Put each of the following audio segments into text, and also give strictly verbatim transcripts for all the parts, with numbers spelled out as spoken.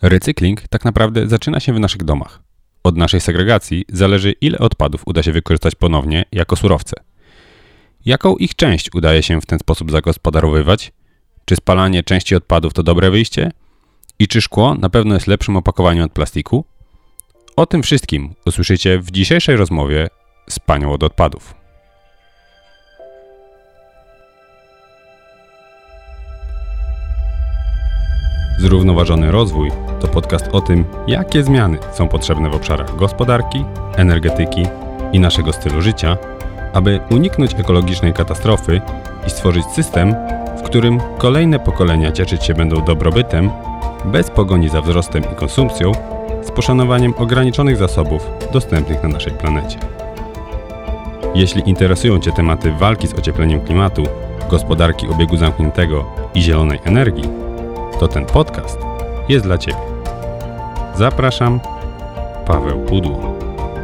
Recykling tak naprawdę zaczyna się w naszych domach. Od naszej segregacji zależy, ile odpadów uda się wykorzystać ponownie jako surowce. Jaką ich część udaje się w ten sposób zagospodarowywać? Czy spalanie części odpadów to dobre wyjście? I czy szkło na pewno jest lepszym opakowaniem od plastiku? O tym wszystkim usłyszycie w dzisiejszej rozmowie z panią od odpadów. Zrównoważony rozwój to podcast o tym, jakie zmiany są potrzebne w obszarach gospodarki, energetyki i naszego stylu życia, aby uniknąć ekologicznej katastrofy i stworzyć system, w którym kolejne pokolenia cieszyć się będą dobrobytem, bez pogoni za wzrostem i konsumpcją, z poszanowaniem ograniczonych zasobów dostępnych na naszej planecie. Jeśli interesują Cię tematy walki z ociepleniem klimatu, gospodarki obiegu zamkniętego i zielonej energii, to ten podcast jest dla Ciebie. Zapraszam, Paweł Pudło.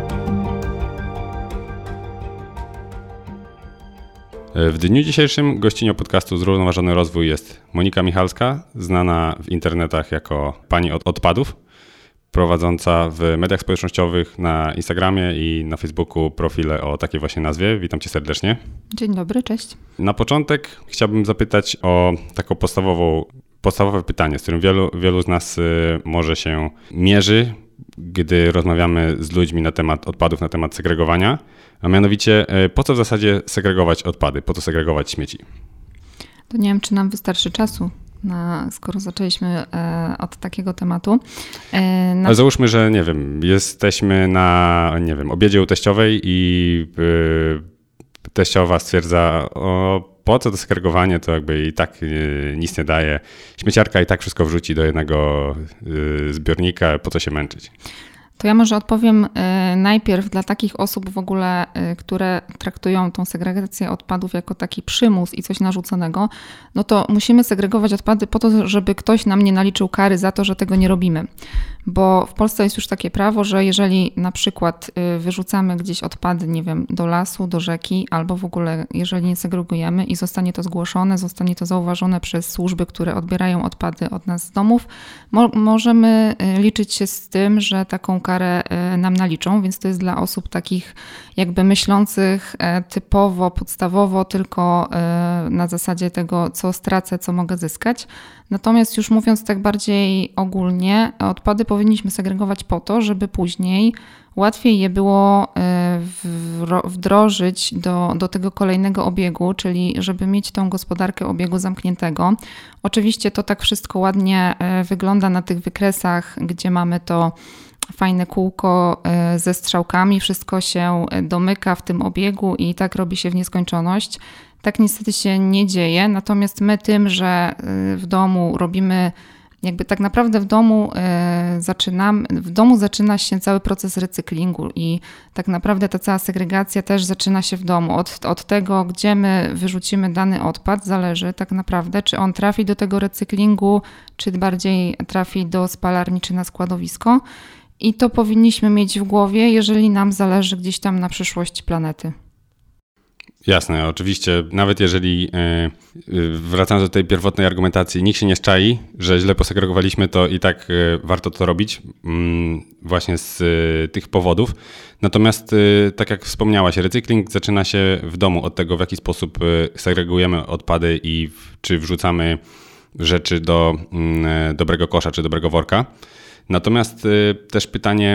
W dniu dzisiejszym gościnią podcastu Zrównoważony Rozwój jest Monika Michalska, znana w internetach jako pani od odpadów, prowadząca w mediach społecznościowych na Instagramie i na Facebooku profile o takiej właśnie nazwie. Witam Cię serdecznie. Dzień dobry, cześć. Na początek chciałbym zapytać o taką podstawową Podstawowe pytanie, z którym wielu, wielu z nas y, może się mierzy, gdy rozmawiamy z ludźmi na temat odpadów, na temat segregowania, a mianowicie y, po co w zasadzie segregować odpady, po co segregować śmieci? To nie wiem, czy nam wystarczy czasu, na, skoro zaczęliśmy e, od takiego tematu. E, na... Ale załóżmy, że nie wiem, jesteśmy na nie wiem, obiedzie u teściowej i y, teściowa stwierdza, o po co to segregowanie, to jakby i tak yy, nic nie daje. Śmieciarka i tak wszystko wrzuci do jednego yy, zbiornika, po co się męczyć? To ja może odpowiem y, najpierw dla takich osób w ogóle, y, które traktują tą segregację odpadów jako taki przymus i coś narzuconego, no to musimy segregować odpady po to, żeby ktoś nam nie naliczył kary za to, że tego nie robimy. Bo w Polsce jest już takie prawo, że jeżeli na przykład y, wyrzucamy gdzieś odpady, nie wiem, do lasu, do rzeki, albo w ogóle jeżeli nie segregujemy i zostanie to zgłoszone, zostanie to zauważone przez służby, które odbierają odpady od nas z domów, mo- możemy y, liczyć się z tym, że taką karę nam naliczą, więc to jest dla osób takich jakby myślących typowo, podstawowo, tylko na zasadzie tego, co stracę, co mogę zyskać. Natomiast już mówiąc tak bardziej ogólnie, odpady powinniśmy segregować po to, żeby później łatwiej je było wdrożyć do, do tego kolejnego obiegu, czyli żeby mieć tą gospodarkę obiegu zamkniętego. Oczywiście to tak wszystko ładnie wygląda na tych wykresach, gdzie mamy to fajne kółko ze strzałkami, wszystko się domyka w tym obiegu i tak robi się w nieskończoność. Tak niestety się nie dzieje, natomiast my tym, że w domu robimy, jakby tak naprawdę w domu zaczynamy, w domu zaczyna się cały proces recyklingu i tak naprawdę ta cała segregacja też zaczyna się w domu. Od, od tego, gdzie my wyrzucimy dany odpad, zależy tak naprawdę, czy on trafi do tego recyklingu, czy bardziej trafi do spalarni, czy na składowisko. I to powinniśmy mieć w głowie, jeżeli nam zależy gdzieś tam na przyszłości planety. Jasne, oczywiście, nawet jeżeli yy, wracając do tej pierwotnej argumentacji, nikt się nie szczai, że źle posegregowaliśmy, to i tak yy, warto to robić yy, właśnie z yy, tych powodów. Natomiast yy, tak jak wspomniałaś, recykling zaczyna się w domu od tego, w jaki sposób yy, segregujemy odpady i w, czy wrzucamy rzeczy do yy, dobrego kosza czy dobrego worka. Natomiast y, też pytanie,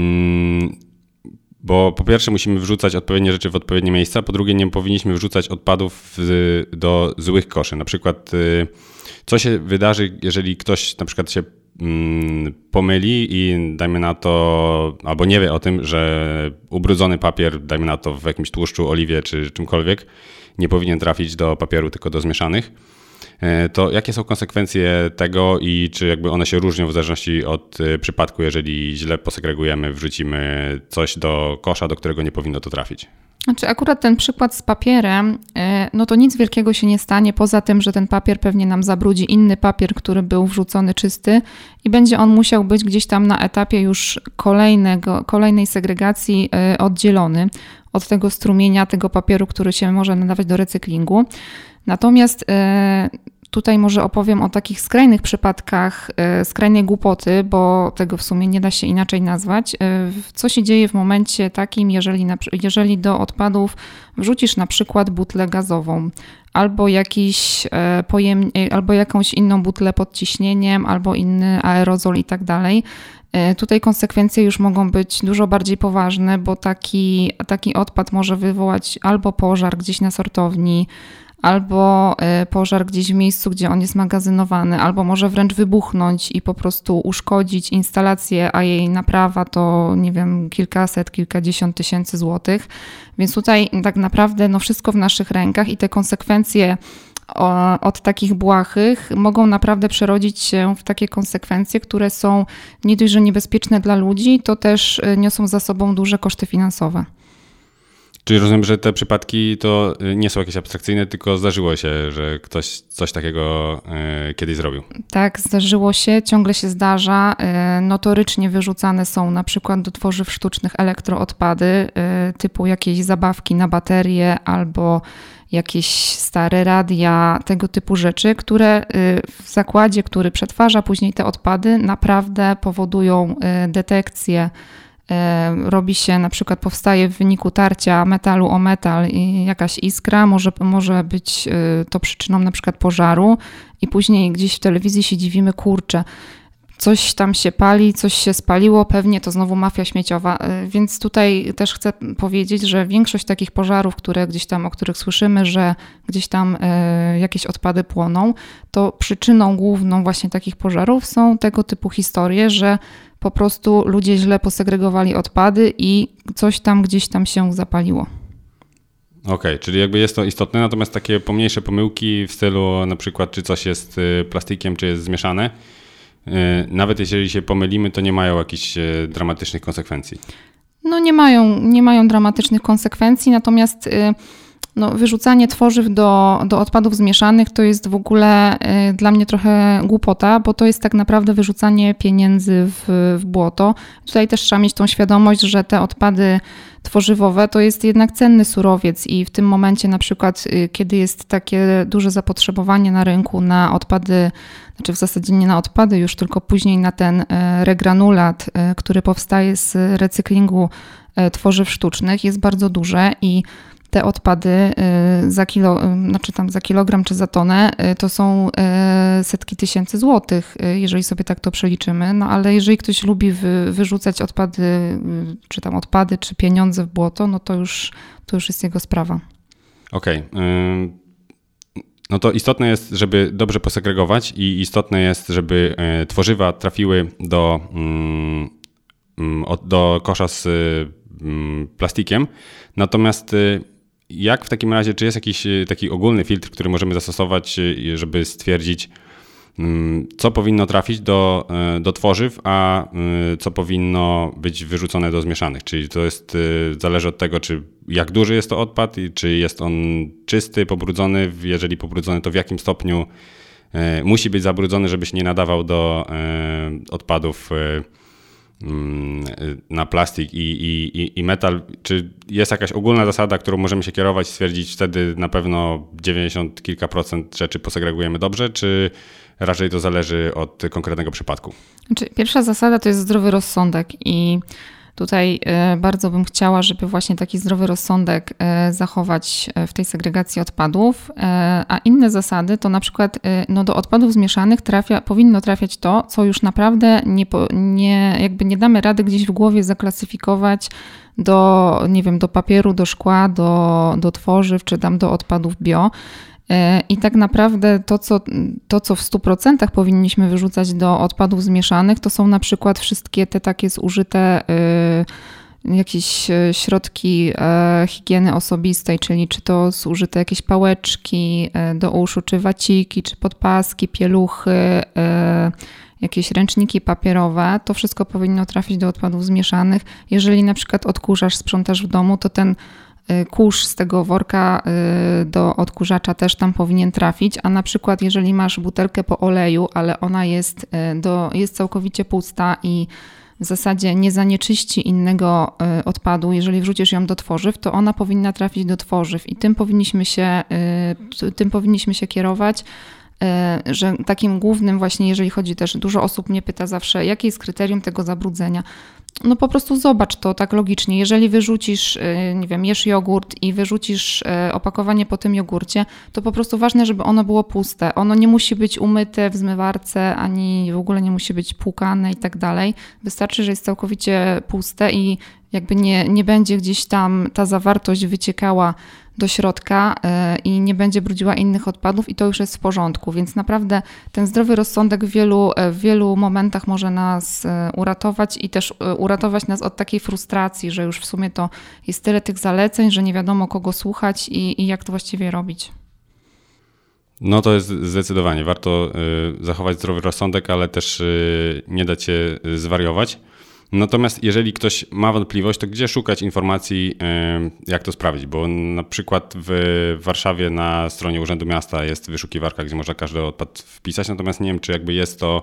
y, bo po pierwsze musimy wrzucać odpowiednie rzeczy w odpowiednie miejsca, po drugie nie powinniśmy wrzucać odpadów w, do złych koszy. Na przykład y, co się wydarzy, jeżeli ktoś na przykład się y, pomyli i dajmy na to, albo nie wie o tym, że ubrudzony papier, dajmy na to w jakimś tłuszczu, oliwie czy czymkolwiek, nie powinien trafić do papieru, tylko do zmieszanych. To jakie są konsekwencje tego i czy jakby one się różnią w zależności od przypadku, jeżeli źle posegregujemy, wrzucimy coś do kosza, do którego nie powinno to trafić? Znaczy akurat ten przykład z papierem, no to nic wielkiego się nie stanie, poza tym, że ten papier pewnie nam zabrudzi inny papier, który był wrzucony czysty i będzie on musiał być gdzieś tam na etapie już kolejnego, kolejnej segregacji oddzielony od tego strumienia, tego papieru, który się może nadawać do recyklingu. Natomiast Tutaj może opowiem o takich skrajnych przypadkach, skrajnej głupoty, bo tego w sumie nie da się inaczej nazwać. Co się dzieje w momencie takim, jeżeli, na, jeżeli do odpadów wrzucisz na przykład butlę gazową, albo, jakiś pojem, albo jakąś inną butlę pod ciśnieniem, albo inny aerozol i tak dalej. Tutaj konsekwencje już mogą być dużo bardziej poważne, bo taki, taki odpad może wywołać albo pożar gdzieś na sortowni, albo pożar gdzieś w miejscu, gdzie on jest magazynowany, albo może wręcz wybuchnąć i po prostu uszkodzić instalację, a jej naprawa to, nie wiem, kilkaset, kilkadziesiąt tysięcy złotych. Więc tutaj tak naprawdę no wszystko w naszych rękach i te konsekwencje od takich błahych mogą naprawdę przerodzić się w takie konsekwencje, które są nie dość, że niebezpieczne dla ludzi, to też niosą za sobą duże koszty finansowe. Czyli rozumiem, że te przypadki to nie są jakieś abstrakcyjne, tylko zdarzyło się, że ktoś coś takiego y, kiedyś zrobił. Tak, zdarzyło się, ciągle się zdarza. Y, notorycznie wyrzucane są na przykład do tworzyw sztucznych elektroodpady, y, typu jakieś zabawki na baterie albo jakieś stare radia, tego typu rzeczy, które w zakładzie, który przetwarza później te odpady, naprawdę powodują detekcję. Robi się, na przykład powstaje w wyniku tarcia metalu o metal i jakaś iskra, może, może być to przyczyną na przykład pożaru i później gdzieś w telewizji się dziwimy, kurczę, coś tam się pali, coś się spaliło, pewnie to znowu mafia śmieciowa. Więc tutaj też chcę powiedzieć, że większość takich pożarów, które gdzieś tam, o których słyszymy, że gdzieś tam jakieś odpady płoną, to przyczyną główną właśnie takich pożarów są tego typu historie, że po prostu ludzie źle posegregowali odpady i coś tam gdzieś tam się zapaliło. Okej, okay, czyli jakby jest to istotne, natomiast takie pomniejsze pomyłki w stylu na przykład czy coś jest plastikiem, czy jest zmieszane, nawet jeżeli się pomylimy, to nie mają jakichś dramatycznych konsekwencji. No nie mają, nie mają dramatycznych konsekwencji, natomiast no, wyrzucanie tworzyw do, do odpadów zmieszanych to jest w ogóle y, dla mnie trochę głupota, bo to jest tak naprawdę wyrzucanie pieniędzy w, w błoto. Tutaj też trzeba mieć tą świadomość, że te odpady tworzywowe to jest jednak cenny surowiec i w tym momencie na przykład, y, kiedy jest takie duże zapotrzebowanie na rynku na odpady, znaczy w zasadzie nie na odpady już, tylko później na ten y, regranulat, y, który powstaje z recyklingu y, tworzyw sztucznych, jest bardzo duże i te odpady za kilo, znaczy tam za kilogram czy za tonę to są setki tysięcy złotych, jeżeli sobie tak to przeliczymy. No ale jeżeli ktoś lubi wy, wyrzucać odpady, czy tam odpady, czy pieniądze w błoto, no to już, to już jest jego sprawa. Okej. Okay. No to istotne jest, żeby dobrze posegregować i istotne jest, żeby tworzywa trafiły do, do kosza z plastikiem. Natomiast jak w takim razie, czy jest jakiś taki ogólny filtr, który możemy zastosować, żeby stwierdzić, co powinno trafić do, do tworzyw, a co powinno być wyrzucone do zmieszanych? Czyli to jest, zależy od tego, czy jak duży jest to odpad, czy jest on czysty, pobrudzony, jeżeli pobrudzony, to w jakim stopniu musi być zabrudzony, żeby się nie nadawał do odpadów na plastik i, i, i metal. Czy jest jakaś ogólna zasada, którą możemy się kierować, stwierdzić, wtedy na pewno dziewięćdziesiąt kilka procent rzeczy posegregujemy dobrze, czy raczej to zależy od konkretnego przypadku? Znaczy, pierwsza zasada to jest zdrowy rozsądek i tutaj bardzo bym chciała, żeby właśnie taki zdrowy rozsądek zachować w tej segregacji odpadów, a inne zasady to na przykład no do odpadów zmieszanych trafia, powinno trafiać to, co już naprawdę nie, nie, jakby nie damy rady gdzieś w głowie zaklasyfikować do, nie wiem, do papieru, do szkła, do, do tworzyw, czy tam do odpadów bio. I tak naprawdę to co, to, co w stu procentach powinniśmy wyrzucać do odpadów zmieszanych, to są na przykład wszystkie te takie zużyte y, jakieś środki y, higieny osobistej, czyli czy to zużyte jakieś pałeczki y, do uszu, czy waciki, czy podpaski, pieluchy, y, jakieś ręczniki papierowe. To wszystko powinno trafić do odpadów zmieszanych. Jeżeli na przykład odkurzasz, sprzątasz w domu, to ten kurz z tego worka do odkurzacza też tam powinien trafić, a na przykład jeżeli masz butelkę po oleju, ale ona jest, do, jest całkowicie pusta i w zasadzie nie zanieczyści innego odpadu, jeżeli wrzucisz ją do tworzyw, to ona powinna trafić do tworzyw i tym powinniśmy się, tym powinniśmy się kierować, że takim głównym właśnie, jeżeli chodzi też, dużo osób mnie pyta zawsze, jakie jest kryterium tego zabrudzenia. No po prostu zobacz to tak logicznie. Jeżeli wyrzucisz, nie wiem, jesz jogurt i wyrzucisz opakowanie po tym jogurcie, to po prostu ważne, żeby ono było puste. Ono nie musi być umyte w zmywarce, ani w ogóle nie musi być płukane i tak dalej. Wystarczy, że jest całkowicie puste i jakby nie, nie będzie gdzieś tam ta zawartość wyciekała do środka i nie będzie brudziła innych odpadów i to już jest w porządku. Więc naprawdę ten zdrowy rozsądek w wielu, w wielu momentach może nas uratować i też uratować nas od takiej frustracji, że już w sumie to jest tyle tych zaleceń, że nie wiadomo kogo słuchać i, i jak to właściwie robić. No to jest zdecydowanie. Warto zachować zdrowy rozsądek, ale też nie dać się zwariować. Natomiast jeżeli ktoś ma wątpliwość, to gdzie szukać informacji, jak to sprawdzić? Bo na przykład w Warszawie na stronie Urzędu Miasta jest wyszukiwarka, gdzie można każdy odpad wpisać, natomiast nie wiem, czy jakby jest to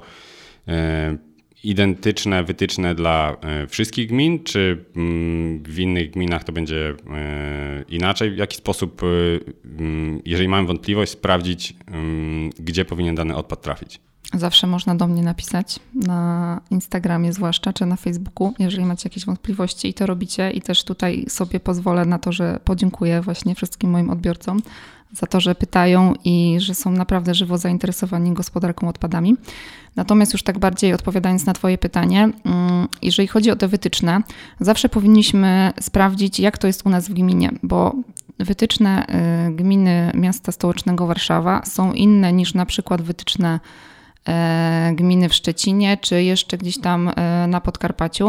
identyczne wytyczne dla wszystkich gmin, czy w innych gminach to będzie inaczej? W jaki sposób, jeżeli mamy wątpliwość, sprawdzić, gdzie powinien dany odpad trafić? Zawsze można do mnie napisać na Instagramie zwłaszcza, czy na Facebooku, jeżeli macie jakieś wątpliwości i to robicie. I też tutaj sobie pozwolę na to, że podziękuję właśnie wszystkim moim odbiorcom za to, że pytają i że są naprawdę żywo zainteresowani gospodarką odpadami. Natomiast już tak bardziej odpowiadając na twoje pytanie, jeżeli chodzi o te wytyczne, zawsze powinniśmy sprawdzić, jak to jest u nas w gminie, bo wytyczne gminy miasta stołecznego Warszawa są inne niż na przykład wytyczne gminy w Szczecinie, czy jeszcze gdzieś tam na Podkarpaciu.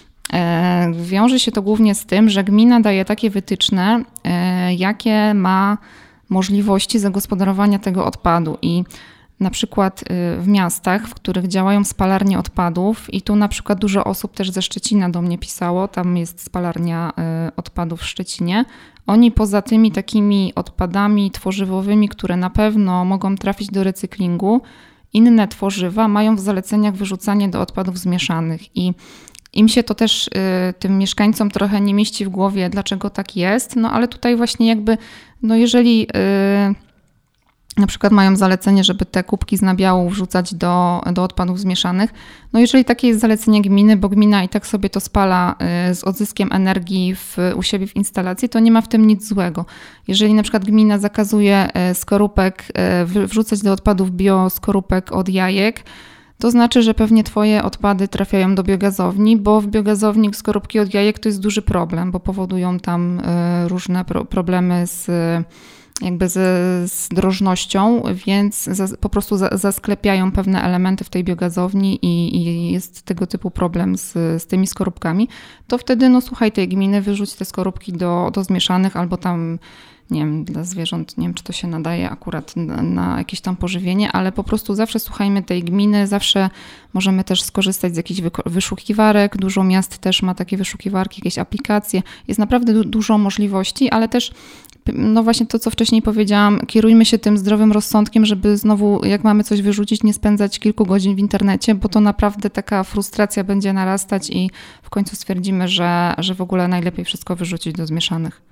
Wiąże się to głównie z tym, że gmina daje takie wytyczne, jakie ma możliwości zagospodarowania tego odpadu i na przykład w miastach, w których działają spalarnie odpadów i tu na przykład dużo osób też ze Szczecina do mnie pisało, tam jest spalarnia odpadów w Szczecinie. Oni poza tymi takimi odpadami tworzywowymi, które na pewno mogą trafić do recyklingu, inne tworzywa mają w zaleceniach wyrzucanie do odpadów zmieszanych i im się to też y, tym mieszkańcom trochę nie mieści w głowie, dlaczego tak jest, no ale tutaj właśnie jakby, no jeżeli y, na przykład mają zalecenie, żeby te kubki z nabiału wrzucać do, do odpadów zmieszanych, no jeżeli takie jest zalecenie gminy, bo gmina i tak sobie to spala y, z odzyskiem energii w, u siebie w instalacji, to nie ma w tym nic złego. Jeżeli na przykład gmina zakazuje y, skorupek, y, wrzucać do odpadów bioskorupek od jajek, to znaczy, że pewnie twoje odpady trafiają do biogazowni, bo w biogazowni skorupki od jajek to jest duży problem, bo powodują tam y, różne pro, problemy z jakby z, z drożnością, więc za, po prostu za, zasklepiają pewne elementy w tej biogazowni i, i jest tego typu problem z, z tymi skorupkami, to wtedy no słuchaj, tej gminy wyrzuć te skorupki do, do zmieszanych albo tam, nie wiem, dla zwierząt, nie wiem, czy to się nadaje akurat na, na jakieś tam pożywienie, ale po prostu zawsze słuchajmy tej gminy, zawsze możemy też skorzystać z jakichś wyszukiwarek, dużo miast też ma takie wyszukiwarki, jakieś aplikacje, jest naprawdę du- dużo możliwości, ale też no właśnie to, co wcześniej powiedziałam, kierujmy się tym zdrowym rozsądkiem, żeby znowu, jak mamy coś wyrzucić, nie spędzać kilku godzin w internecie, bo to naprawdę taka frustracja będzie narastać i w końcu stwierdzimy, że, że w ogóle najlepiej wszystko wyrzucić do zmieszanych.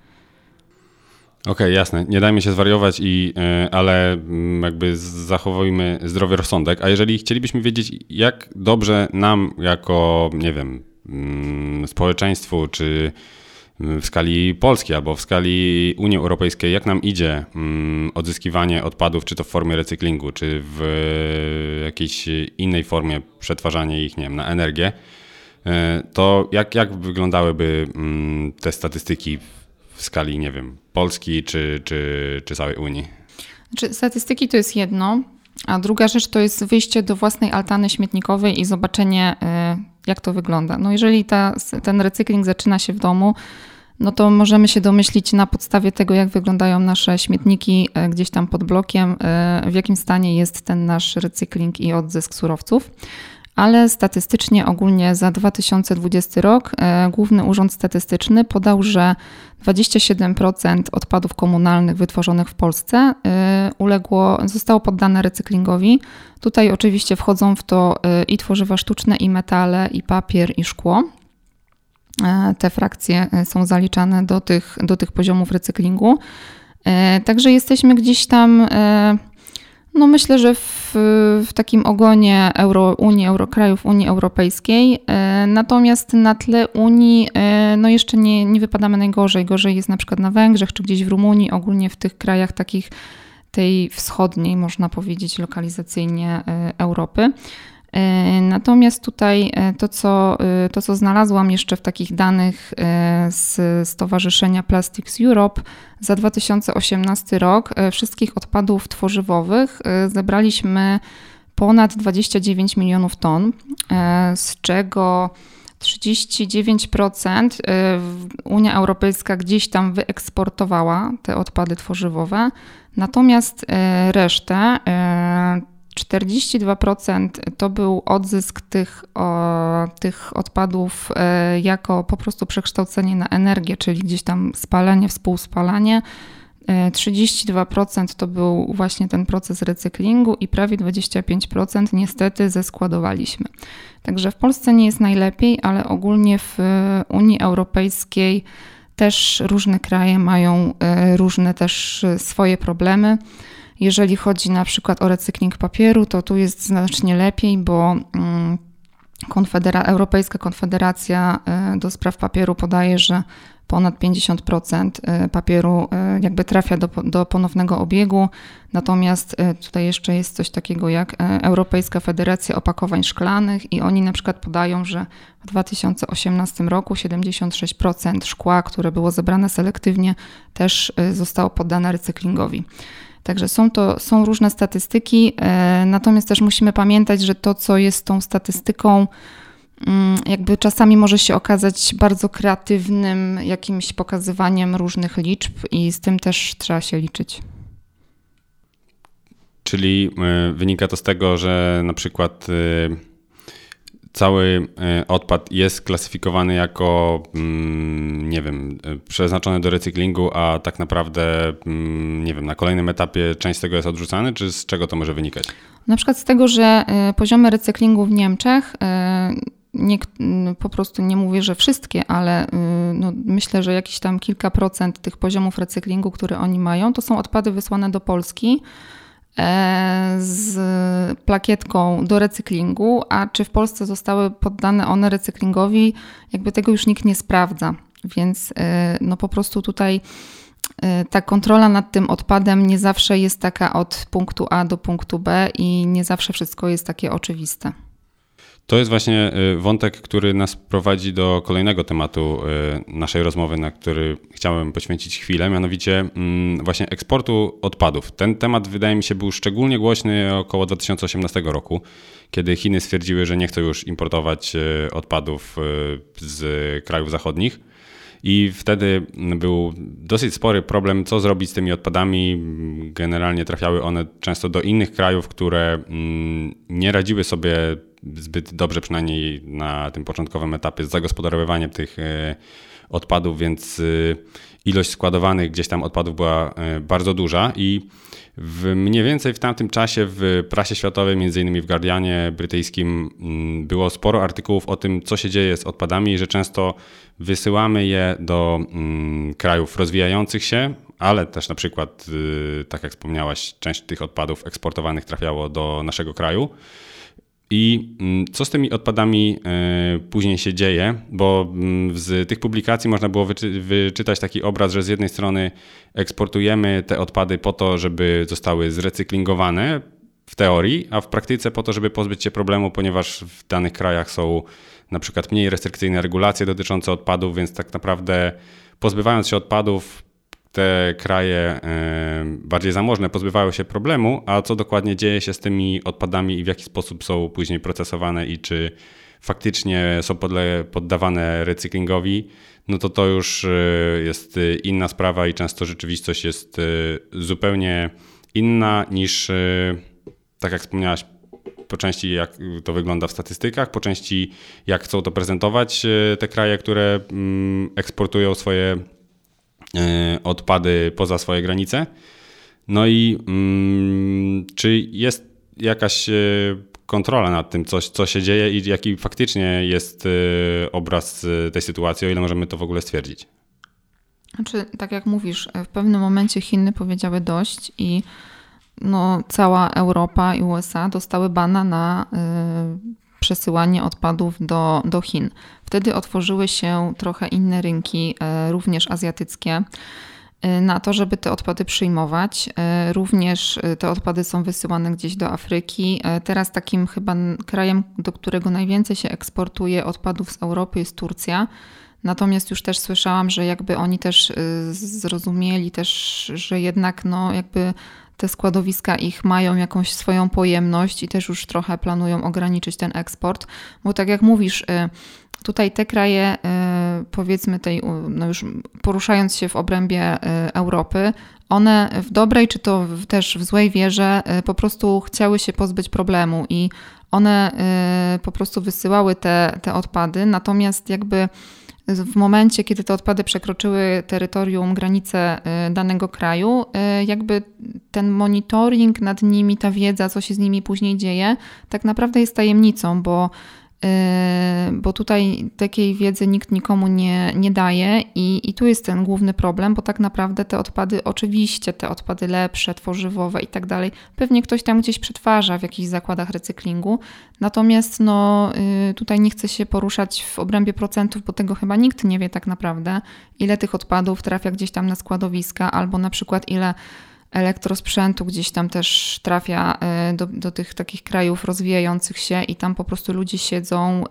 Okej, okay, jasne. Nie dajmy się zwariować, i, ale jakby zachowujmy zdrowy rozsądek. A jeżeli chcielibyśmy wiedzieć, jak dobrze nam jako, nie wiem, społeczeństwu, czy w skali Polski albo w skali Unii Europejskiej, jak nam idzie odzyskiwanie odpadów, czy to w formie recyklingu, czy w jakiejś innej formie przetwarzanie ich, nie wiem, na energię, to jak, jak wyglądałyby te statystyki w skali, nie wiem, Polski czy, czy, czy całej Unii? Znaczy, statystyki to jest jedno, a druga rzecz to jest wyjście do własnej altany śmietnikowej i zobaczenie, jak to wygląda. No jeżeli ta, ten recykling zaczyna się w domu, no to możemy się domyślić na podstawie tego, jak wyglądają nasze śmietniki gdzieś tam pod blokiem, w jakim stanie jest ten nasz recykling i odzysk surowców. Ale statystycznie ogólnie za dwa tysiące dwudziesty rok Główny Urząd Statystyczny podał, że dwadzieścia siedem procent odpadów komunalnych wytworzonych w Polsce uległo, zostało poddane recyklingowi. Tutaj oczywiście wchodzą w to i tworzywa sztuczne, i metale, i papier, i szkło. Te frakcje są zaliczane do tych, do tych poziomów recyklingu. Także jesteśmy gdzieś tam No myślę, że w, w takim ogonie Euro, Unii, Euro, krajów Unii Europejskiej. Natomiast na tle Unii no jeszcze nie, nie wypadamy najgorzej. Gorzej jest na przykład na Węgrzech czy gdzieś w Rumunii, ogólnie w tych krajach takich tej wschodniej, można powiedzieć lokalizacyjnie, Europy. Natomiast tutaj to co, to, co znalazłam jeszcze w takich danych z Stowarzyszenia Plastics Europe, za dwa tysiące osiemnasty rok wszystkich odpadów tworzywowych zebraliśmy ponad dwadzieścia dziewięć milionów ton, z czego trzydzieści dziewięć procent Unia Europejska gdzieś tam wyeksportowała te odpady tworzywowe, natomiast resztę, czterdzieści dwa procent to był odzysk tych, o, tych odpadów e, jako po prostu przekształcenie na energię, czyli gdzieś tam spalanie, współspalanie. E, trzydzieści dwa procent to był właśnie ten proces recyklingu i prawie dwadzieścia pięć procent niestety zeskładowaliśmy. Także w Polsce nie jest najlepiej, ale ogólnie w Unii Europejskiej też różne kraje mają e, różne też swoje problemy. Jeżeli chodzi na przykład o recykling papieru, to tu jest znacznie lepiej, bo Konfedera- Europejska Konfederacja do Spraw Papieru podaje, że ponad pięćdziesiąt procent papieru jakby trafia do, do ponownego obiegu. Natomiast tutaj jeszcze jest coś takiego jak Europejska Federacja Opakowań Szklanych i oni na przykład podają, że w dwa tysiące osiemnastym roku siedemdziesiąt sześć procent szkła, które było zebrane selektywnie, też zostało poddane recyklingowi. Także są to są różne statystyki, natomiast też musimy pamiętać, że to, co jest tą statystyką, jakby czasami może się okazać bardzo kreatywnym jakimś pokazywaniem różnych liczb i z tym też trzeba się liczyć. Czyli wynika to z tego, że na przykład cały odpad jest klasyfikowany jako, nie wiem, przeznaczony do recyklingu, a tak naprawdę, nie wiem, na kolejnym etapie część z tego jest odrzucany, czy z czego to może wynikać? Na przykład z tego, że poziomy recyklingu w Niemczech, nie, po prostu nie mówię, że wszystkie, ale no, myślę, że jakiś tam kilka procent tych poziomów recyklingu, które oni mają, to są odpady wysłane do Polski z plakietką do recyklingu, a czy w Polsce zostały poddane one recyklingowi, jakby tego już nikt nie sprawdza. Więc no po prostu tutaj ta kontrola nad tym odpadem nie zawsze jest taka od punktu A do punktu B i nie zawsze wszystko jest takie oczywiste. To jest właśnie wątek, który nas prowadzi do kolejnego tematu naszej rozmowy, na który chciałem poświęcić chwilę, mianowicie właśnie eksportu odpadów. Ten temat wydaje mi się był szczególnie głośny około dwa tysiące osiemnastego roku, kiedy Chiny stwierdziły, że nie chcą już importować odpadów z krajów zachodnich. I wtedy był dosyć spory problem, co zrobić z tymi odpadami. Generalnie trafiały one często do innych krajów, które nie radziły sobie zbyt dobrze, przynajmniej na tym początkowym etapie, z zagospodarowywaniem tych odpadów, więc ilość składowanych gdzieś tam odpadów była bardzo duża i w mniej więcej w tamtym czasie w prasie światowej, między innymi w Guardianie brytyjskim, było sporo artykułów o tym, co się dzieje z odpadami i że często wysyłamy je do krajów rozwijających się, ale też na przykład, tak jak wspomniałaś, część tych odpadów eksportowanych trafiało do naszego kraju. I co z tymi odpadami później się dzieje, bo z tych publikacji można było wyczy- wyczytać taki obraz, że z jednej strony eksportujemy te odpady po to, żeby zostały zrecyklingowane w teorii, a w praktyce po to, żeby pozbyć się problemu, ponieważ w danych krajach są na przykład mniej restrykcyjne regulacje dotyczące odpadów, więc tak naprawdę pozbywając się odpadów, te kraje bardziej zamożne pozbywają się problemu, a co dokładnie dzieje się z tymi odpadami i w jaki sposób są później procesowane i czy faktycznie są podle, poddawane recyklingowi, no to to już jest inna sprawa i często rzeczywistość jest zupełnie inna niż, tak jak wspomniałaś, po części jak to wygląda w statystykach, po części jak chcą to prezentować te kraje, które eksportują swoje odpady poza swoje granice. No i mm, czy jest jakaś kontrola nad tym, co, co się dzieje i jaki faktycznie jest obraz tej sytuacji, o ile możemy to w ogóle stwierdzić? Znaczy, tak jak mówisz, w pewnym momencie Chiny powiedziały dość i no, cała Europa i U S A dostały bana na y, przesyłanie odpadów do, do Chin. Wtedy otworzyły się trochę inne rynki, y, również azjatyckie, y, na to, żeby te odpady przyjmować. Y, również y, te odpady są wysyłane gdzieś do Afryki. Y, teraz takim chyba krajem, do którego najwięcej się eksportuje odpadów z Europy, jest Turcja. Natomiast już też słyszałam, że jakby oni też zrozumieli też, że jednak no jakby te składowiska ich mają jakąś swoją pojemność i też już trochę planują ograniczyć ten eksport, bo tak jak mówisz, tutaj te kraje, powiedzmy tej, no już poruszając się w obrębie Europy, one w dobrej czy to też w złej wierze po prostu chciały się pozbyć problemu i one po prostu wysyłały te, te odpady, natomiast jakby w momencie, kiedy te odpady przekroczyły terytorium, granice danego kraju, jakby ten monitoring nad nimi, ta wiedza, co się z nimi później dzieje, tak naprawdę jest tajemnicą, bo, bo tutaj takiej wiedzy nikt nikomu nie, nie daje i, i tu jest ten główny problem, bo tak naprawdę te odpady, oczywiście te odpady lepsze, tworzywowe i tak dalej, pewnie ktoś tam gdzieś przetwarza w jakichś zakładach recyklingu, natomiast no, tutaj nie chcę się poruszać w obrębie procentów, bo tego chyba nikt nie wie tak naprawdę, ile tych odpadów trafia gdzieś tam na składowiska, albo na przykład ile elektrosprzętu gdzieś tam też trafia do, do tych takich krajów rozwijających się i tam po prostu ludzie siedzą,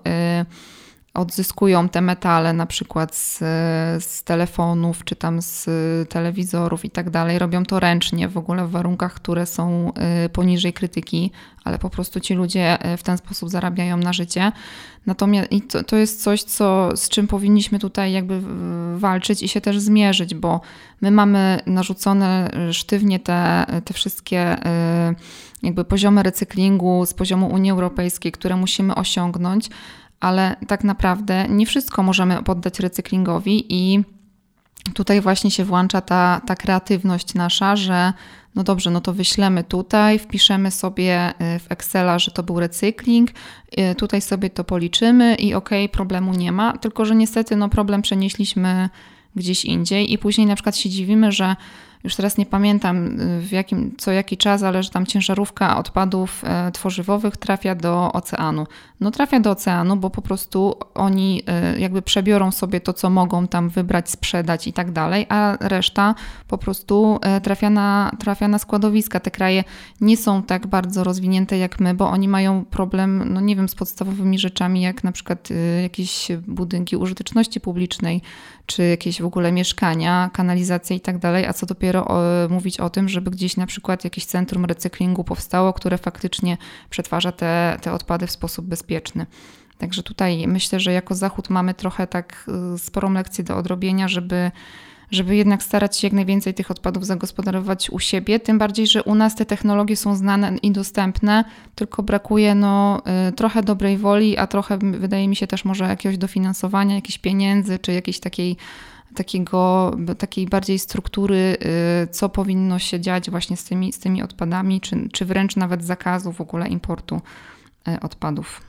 odzyskują te metale na przykład z, z telefonów czy tam z telewizorów i tak dalej. Robią to ręcznie w ogóle w warunkach, które są poniżej krytyki, ale po prostu ci ludzie w ten sposób zarabiają na życie. Natomiast i to, to jest coś, co, z czym powinniśmy tutaj jakby walczyć i się też zmierzyć, bo my mamy narzucone sztywnie te, te wszystkie jakby poziomy recyklingu z poziomu Unii Europejskiej, które musimy osiągnąć, ale tak naprawdę nie wszystko możemy poddać recyklingowi i tutaj właśnie się włącza ta, ta kreatywność nasza, że no dobrze, no to wyślemy tutaj, wpiszemy sobie w Excela, że to był recykling, tutaj sobie to policzymy i okej, okay, problemu nie ma, tylko że niestety no problem przenieśliśmy gdzieś indziej i później na przykład się dziwimy, że już teraz nie pamiętam w jakim, co jaki czas, ale że tam ciężarówka odpadów e, tworzywowych trafia do oceanu. No trafia do oceanu, bo po prostu oni e, jakby przebiorą sobie to, co mogą tam wybrać, sprzedać i tak dalej, a reszta po prostu e, trafia na, trafia na składowiska. Te kraje nie są tak bardzo rozwinięte jak my, bo oni mają problem, no nie wiem, z podstawowymi rzeczami, jak na przykład e, jakieś budynki użyteczności publicznej, czy jakieś w ogóle mieszkania, kanalizacja i tak dalej, a co dopiero o, mówić o tym, żeby gdzieś na przykład jakieś centrum recyklingu powstało, które faktycznie przetwarza te, te odpady w sposób bezpieczny. Także tutaj myślę, że jako Zachód mamy trochę tak sporą lekcję do odrobienia, żeby, żeby jednak starać się jak najwięcej tych odpadów zagospodarować u siebie, tym bardziej, że u nas te technologie są znane i dostępne, tylko brakuje no, trochę dobrej woli, a trochę wydaje mi się też może jakiegoś dofinansowania, jakichś pieniędzy, czy jakiejś takiej Takiego, takiej bardziej struktury, co powinno się dziać właśnie z tymi, z tymi odpadami, czy, czy wręcz nawet zakazu w ogóle importu odpadów.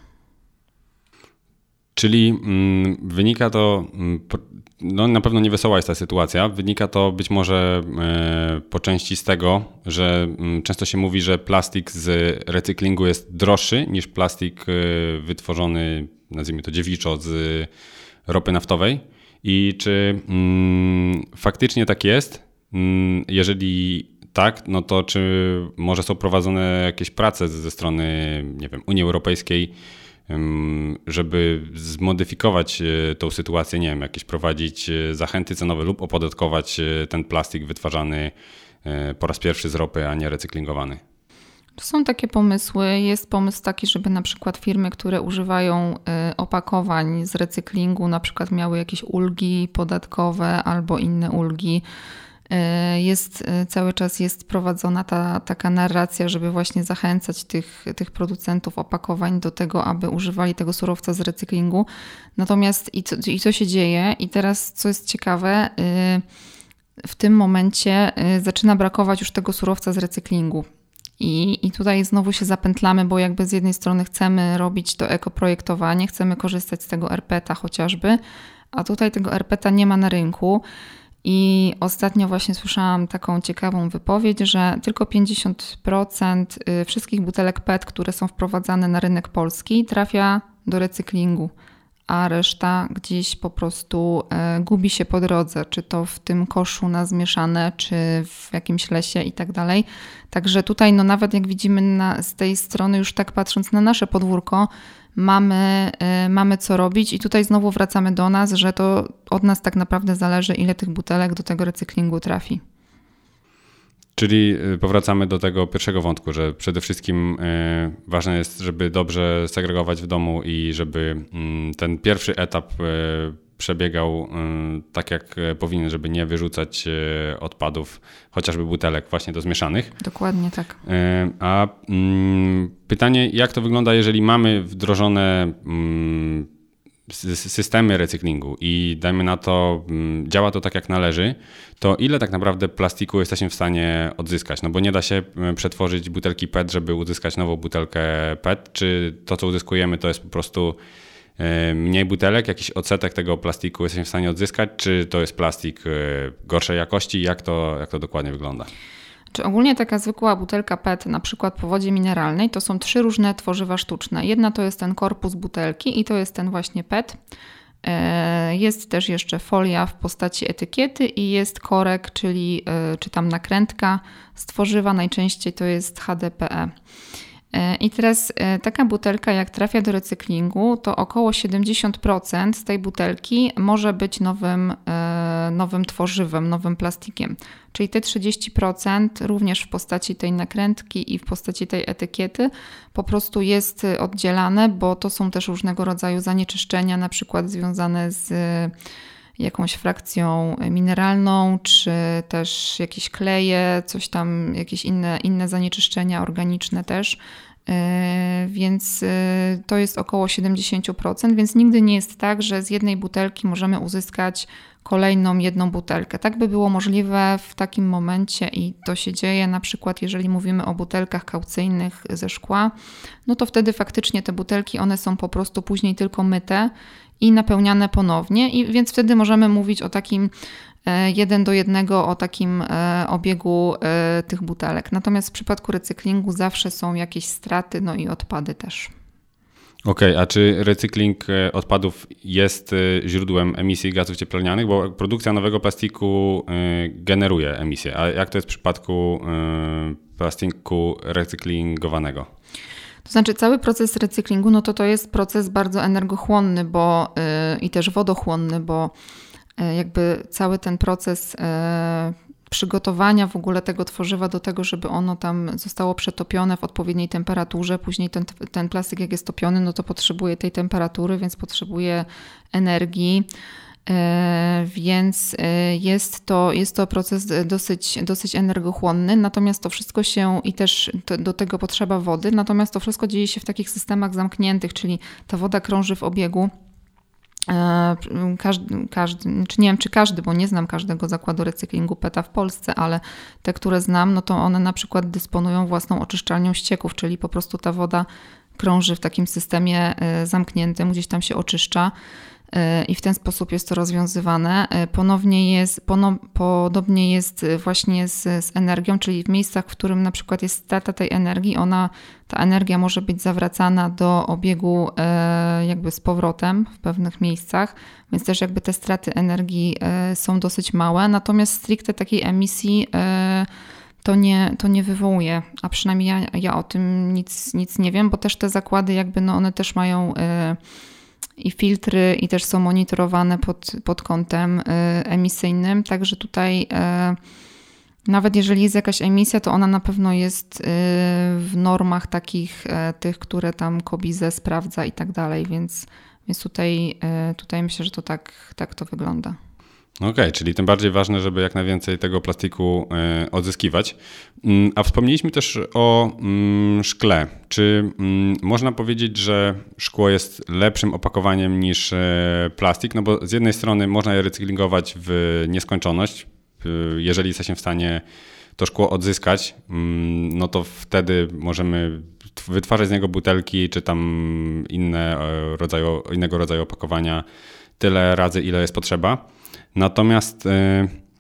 Czyli mm, wynika to, no na pewno niewesoła jest ta sytuacja, wynika to być może y, po części z tego, że y, często się mówi, że plastik z recyklingu jest droższy niż plastik y, wytworzony, nazwijmy to dziewiczo, z ropy naftowej. I czy mm, faktycznie tak jest? Mm, jeżeli tak, no to czy może są prowadzone jakieś prace ze strony, nie wiem, Unii Europejskiej, żeby zmodyfikować tą sytuację, nie wiem, jakieś prowadzić zachęty cenowe lub opodatkować ten plastik wytwarzany po raz pierwszy z ropy, a nie recyklingowany? Są takie pomysły. Jest pomysł taki, żeby na przykład firmy, które używają opakowań z recyklingu, na przykład miały jakieś ulgi podatkowe albo inne ulgi. Jest, cały czas jest prowadzona ta taka narracja, żeby właśnie zachęcać tych, tych producentów opakowań do tego, aby używali tego surowca z recyklingu. Natomiast i co, i co się dzieje? I teraz, co jest ciekawe, w tym momencie zaczyna brakować już tego surowca z recyklingu. I, I tutaj znowu się zapętlamy, bo jakby z jednej strony chcemy robić to ekoprojektowanie, chcemy korzystać z tego er pe ta chociażby, a tutaj tego er pe ta nie ma na rynku. I ostatnio właśnie słyszałam taką ciekawą wypowiedź, że tylko pięćdziesiąt procent wszystkich butelek P E T, które są wprowadzane na rynek polski, trafia do recyklingu, a reszta gdzieś po prostu gubi się po drodze, czy to w tym koszu na zmieszane, czy w jakimś lesie i tak dalej. Także tutaj no nawet jak widzimy na, z tej strony, już tak patrząc na nasze podwórko, mamy, mamy co robić i tutaj znowu wracamy do nas, że to od nas tak naprawdę zależy, ile tych butelek do tego recyklingu trafi. Czyli powracamy do tego pierwszego wątku, że przede wszystkim ważne jest, żeby dobrze segregować w domu i żeby ten pierwszy etap przebiegał tak, jak powinien, żeby nie wyrzucać odpadów, chociażby butelek właśnie do zmieszanych. Dokładnie tak. A pytanie, jak to wygląda, jeżeli mamy wdrożone systemy recyklingu i dajmy na to, działa to tak jak należy, to ile tak naprawdę plastiku jesteśmy w stanie odzyskać? No bo nie da się przetworzyć butelki P E T, żeby uzyskać nową butelkę P E T. Czy to, co uzyskujemy, to jest po prostu mniej butelek, jakiś odsetek tego plastiku jesteśmy w stanie odzyskać, czy to jest plastik gorszej jakości? Jak to, jak to dokładnie wygląda? Czy ogólnie taka zwykła butelka P E T, na przykład po wodzie mineralnej, to są trzy różne tworzywa sztuczne. Jedna to jest ten korpus butelki i to jest ten właśnie P E T. Jest też jeszcze folia w postaci etykiety i jest korek, czyli czy tam nakrętka z tworzywa, najczęściej to jest H D P E. I teraz taka butelka, jak trafia do recyklingu, to około siedemdziesiąt procent z tej butelki może być nowym, nowym tworzywem, nowym plastikiem. Czyli te trzydzieści procent również w postaci tej nakrętki i w postaci tej etykiety po prostu jest oddzielane, bo to są też różnego rodzaju zanieczyszczenia, na przykład związane z jakąś frakcją mineralną, czy też jakieś kleje, coś tam, jakieś inne, inne zanieczyszczenia organiczne też. Więc to jest około siedemdziesiąt procent, więc nigdy nie jest tak, że z jednej butelki możemy uzyskać kolejną jedną butelkę. Tak by było możliwe w takim momencie i to się dzieje na przykład, jeżeli mówimy o butelkach kaucyjnych ze szkła, no to wtedy faktycznie te butelki, one są po prostu później tylko myte i napełniane ponownie, i więc wtedy możemy mówić o takim jeden do jednego, o takim obiegu tych butelek. Natomiast w przypadku recyklingu zawsze są jakieś straty, no i odpady też. Okej, okay, a czy recykling odpadów jest źródłem emisji gazów cieplarnianych? Bo produkcja nowego plastiku generuje emisję. A jak to jest w przypadku plastiku recyklingowanego? To znaczy cały proces recyklingu, no to to jest proces bardzo energochłonny bo, yy, i też wodochłonny, bo yy, jakby cały ten proces yy, przygotowania w ogóle tego tworzywa do tego, żeby ono tam zostało przetopione w odpowiedniej temperaturze. Później ten, ten plastik, jak jest topiony, no to potrzebuje tej temperatury, więc potrzebuje energii. Więc jest to, jest to proces dosyć, dosyć energochłonny, natomiast to wszystko się i też to, do tego potrzeba wody, natomiast to wszystko dzieje się w takich systemach zamkniętych, czyli ta woda krąży w obiegu. Każdy, każdy, czy nie wiem czy każdy, bo nie znam każdego zakładu recyklingu P E T a w Polsce, ale te, które znam, no to one na przykład dysponują własną oczyszczalnią ścieków, czyli po prostu ta woda krąży w takim systemie zamkniętym, gdzieś tam się oczyszcza. I w ten sposób jest to rozwiązywane. Ponownie jest, pono, podobnie jest właśnie z, z energią, czyli w miejscach, w którym na przykład jest strata tej energii, ona, ta energia może być zawracana do obiegu jakby z powrotem w pewnych miejscach, więc też jakby te straty energii są dosyć małe, natomiast stricte takiej emisji to nie, to nie wywołuje, a przynajmniej ja, ja o tym nic, nic nie wiem, bo też te zakłady jakby no one też mają i filtry i też są monitorowane pod, pod kątem emisyjnym, także tutaj nawet jeżeli jest jakaś emisja, to ona na pewno jest w normach takich tych, które tam KOBiZE sprawdza i tak dalej, więc, więc tutaj, tutaj myślę, że to tak, tak to wygląda. Okej, okay, czyli tym bardziej ważne, żeby jak najwięcej tego plastiku y, odzyskiwać. Y, a wspomnieliśmy też o y, szkle. Czy y, można powiedzieć, że szkło jest lepszym opakowaniem niż y, plastik? No bo z jednej strony można je recyklingować w nieskończoność. Y, jeżeli jesteśmy w stanie to szkło odzyskać, y, no to wtedy możemy wytwarzać z niego butelki czy tam inne rodzaju, innego rodzaju opakowania tyle razy, ile jest potrzeba. Natomiast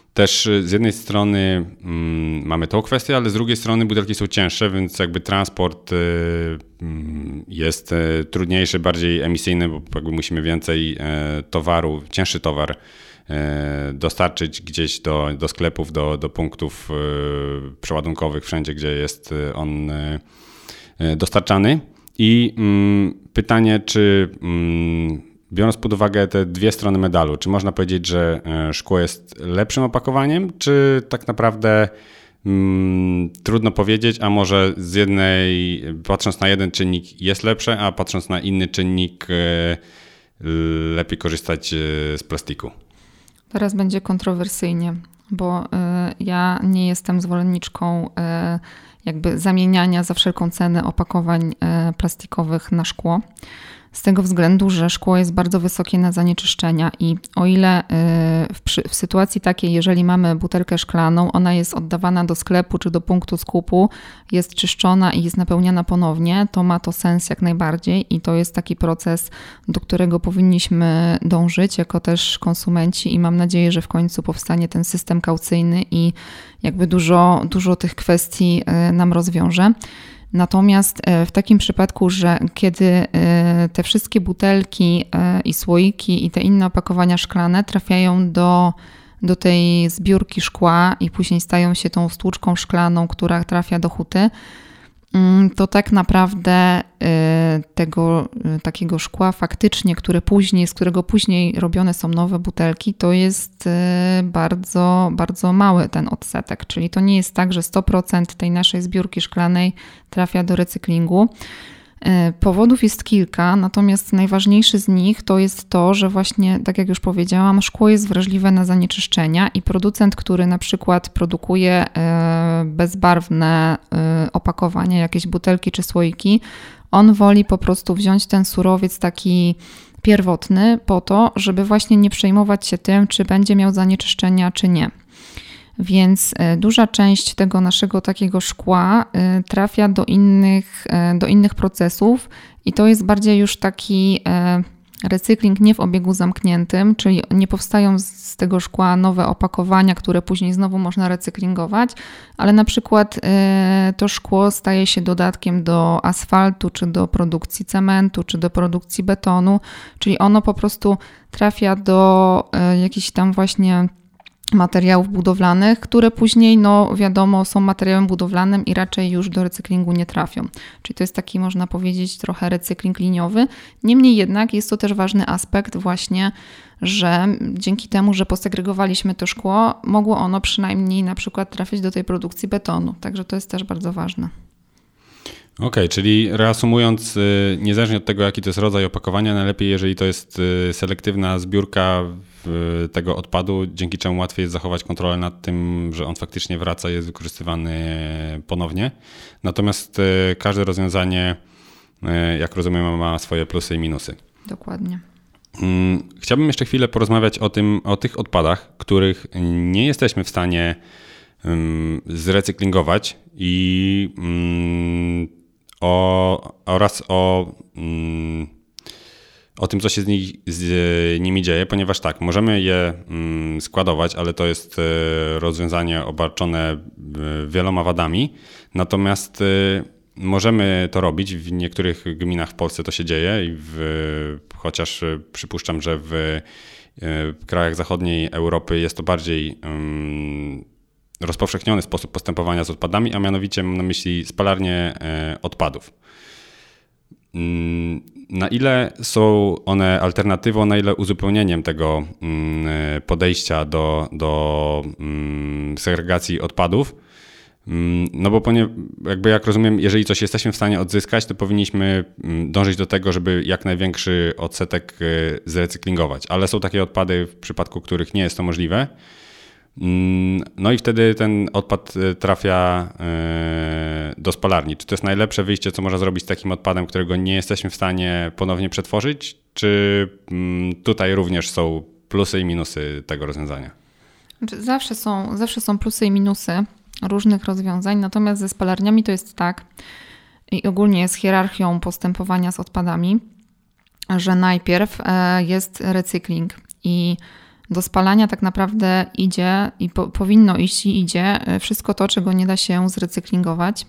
Też z jednej strony mm, mamy tą kwestię, ale z drugiej strony butelki są cięższe, więc jakby transport y, y, jest y, trudniejszy, bardziej emisyjny, bo jakby musimy więcej y, towaru, cięższy towar y, dostarczyć gdzieś do, do sklepów, do, do punktów y, przeładunkowych, wszędzie, gdzie jest on y, y, dostarczany. I y, pytanie, czy... Y, Biorąc pod uwagę te dwie strony medalu, czy można powiedzieć, że szkło jest lepszym opakowaniem, czy tak naprawdę mm, trudno powiedzieć, a może z jednej, patrząc na jeden czynnik jest lepsze, a patrząc na inny czynnik e, lepiej korzystać z plastiku? Teraz będzie kontrowersyjnie, bo y, ja nie jestem zwolenniczką y, jakby zamieniania za wszelką cenę opakowań y, plastikowych na szkło. Z tego względu, że szkło jest bardzo wysokie na zanieczyszczenia i o ile w, przy, w sytuacji takiej, jeżeli mamy butelkę szklaną, ona jest oddawana do sklepu czy do punktu skupu, jest czyszczona i jest napełniana ponownie, to ma to sens jak najbardziej i to jest taki proces, do którego powinniśmy dążyć jako też konsumenci i mam nadzieję, że w końcu powstanie ten system kaucyjny i jakby dużo, dużo tych kwestii nam rozwiąże. Natomiast w takim przypadku, że kiedy te wszystkie butelki i słoiki i te inne opakowania szklane trafiają do, do tej zbiórki szkła i później stają się tą stłuczką szklaną, która trafia do huty, to tak naprawdę tego takiego szkła faktycznie, które później, z którego później robione są nowe butelki, to jest bardzo, bardzo mały ten odsetek. Czyli to nie jest tak, że sto procent tej naszej zbiórki szklanej trafia do recyklingu. Powodów jest kilka, natomiast najważniejszy z nich to jest to, że właśnie, tak jak już powiedziałam, szkło jest wrażliwe na zanieczyszczenia i producent, który na przykład produkuje bezbarwne opakowania, jakieś butelki czy słoiki, on woli po prostu wziąć ten surowiec taki pierwotny po to, żeby właśnie nie przejmować się tym, czy będzie miał zanieczyszczenia, czy nie. Więc duża część tego naszego takiego szkła trafia do innych, do innych procesów i to jest bardziej już taki recykling nie w obiegu zamkniętym, czyli nie powstają z tego szkła nowe opakowania, które później znowu można recyklingować, ale na przykład to szkło staje się dodatkiem do asfaltu, czy do produkcji cementu, czy do produkcji betonu, czyli ono po prostu trafia do jakichś tam właśnie materiałów budowlanych, które później, no wiadomo, są materiałem budowlanym i raczej już do recyklingu nie trafią. Czyli to jest taki, można powiedzieć, trochę recykling liniowy. Niemniej jednak jest to też ważny aspekt właśnie, że dzięki temu, że posegregowaliśmy to szkło, mogło ono przynajmniej na przykład trafić do tej produkcji betonu. Także to jest też bardzo ważne. Okej, okay, czyli reasumując, niezależnie od tego, jaki to jest rodzaj opakowania, najlepiej, jeżeli to jest selektywna zbiórka tego odpadu, dzięki czemu łatwiej jest zachować kontrolę nad tym, że on faktycznie wraca i jest wykorzystywany ponownie. Natomiast każde rozwiązanie, jak rozumiem, ma swoje plusy i minusy. Dokładnie. Chciałbym jeszcze chwilę porozmawiać o tym, o tych odpadach, których nie jesteśmy w stanie zrecyklingować i o, oraz o, o tym, co się z, nich, z nimi dzieje, ponieważ tak, możemy je składować, ale to jest rozwiązanie obarczone wieloma wadami, natomiast możemy to robić, w niektórych gminach w Polsce to się dzieje, i w, chociaż przypuszczam, że w, w krajach zachodniej Europy jest to bardziej um, rozpowszechniony sposób postępowania z odpadami, a mianowicie mam na myśli spalarnię odpadów. Na ile są one alternatywą, na ile uzupełnieniem tego podejścia do, do segregacji odpadów? No bo jakby jak rozumiem, jeżeli coś jesteśmy w stanie odzyskać, to powinniśmy dążyć do tego, żeby jak największy odsetek zrecyklingować, ale są takie odpady, w przypadku których nie jest to możliwe. No i wtedy ten odpad trafia do spalarni. Czy to jest najlepsze wyjście, co można zrobić z takim odpadem, którego nie jesteśmy w stanie ponownie przetworzyć? Czy tutaj również są plusy i minusy tego rozwiązania? Zawsze są, zawsze są plusy i minusy różnych rozwiązań, natomiast ze spalarniami to jest tak i ogólnie z hierarchią postępowania z odpadami, że najpierw jest recykling i Do spalania tak naprawdę idzie i po, powinno iść i idzie wszystko to, czego nie da się zrecyklingować.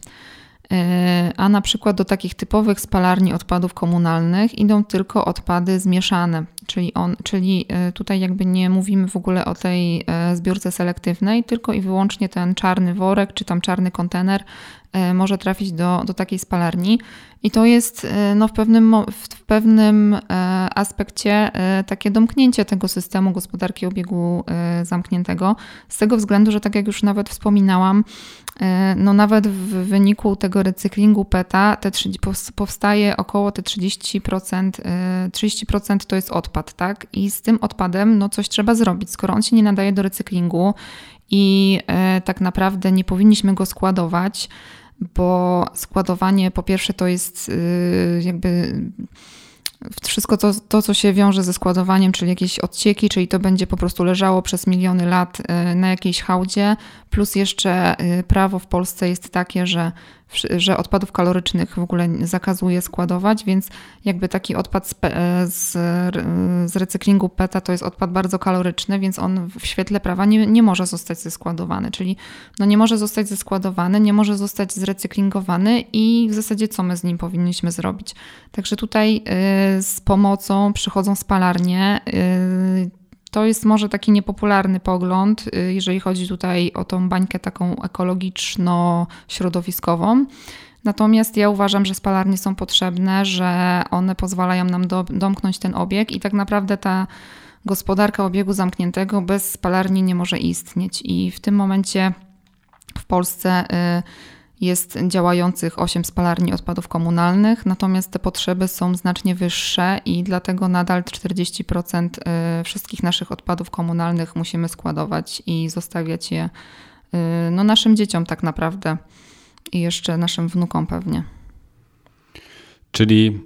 A na przykład do takich typowych spalarni odpadów komunalnych idą tylko odpady zmieszane, czyli, on, czyli tutaj jakby nie mówimy w ogóle o tej zbiórce selektywnej, tylko i wyłącznie ten czarny worek czy tam czarny kontener może trafić do, do takiej spalarni. I to jest no, w pewnym, w pewnym aspekcie takie domknięcie tego systemu gospodarki obiegu zamkniętego, z tego względu, że tak jak już nawet wspominałam, no nawet w wyniku tego recyklingu peta te powstaje około te trzydzieści procent, trzydzieści procent to jest odpad, tak? I z tym odpadem no coś trzeba zrobić, skoro on się nie nadaje do recyklingu i tak naprawdę nie powinniśmy go składować, bo składowanie po pierwsze to jest jakby wszystko to, to, co się wiąże ze składowaniem, czyli jakieś odcieki, czyli to będzie po prostu leżało przez miliony lat na jakiejś hałdzie, plus jeszcze prawo w Polsce jest takie, że, że odpadów kalorycznych w ogóle zakazuje składować, więc jakby taki odpad z, z, z recyklingu peta to jest odpad bardzo kaloryczny, więc on w świetle prawa nie, nie może zostać zeskładowany, czyli no nie może zostać zeskładowany, nie może zostać zrecyklingowany i w zasadzie co my z nim powinniśmy zrobić. Także tutaj z pomocą przychodzą spalarnie. To jest może taki niepopularny pogląd, jeżeli chodzi tutaj o tą bańkę taką ekologiczno-środowiskową. Natomiast ja uważam, że spalarnie są potrzebne, że one pozwalają nam do, domknąć ten obieg i tak naprawdę ta gospodarka obiegu zamkniętego bez spalarni nie może istnieć. I w tym momencie w Polsce jest działających osiem spalarni odpadów komunalnych, natomiast te potrzeby są znacznie wyższe i dlatego nadal czterdzieści procent wszystkich naszych odpadów komunalnych musimy składować i zostawiać je no, naszym dzieciom tak naprawdę i jeszcze naszym wnukom pewnie. Czyli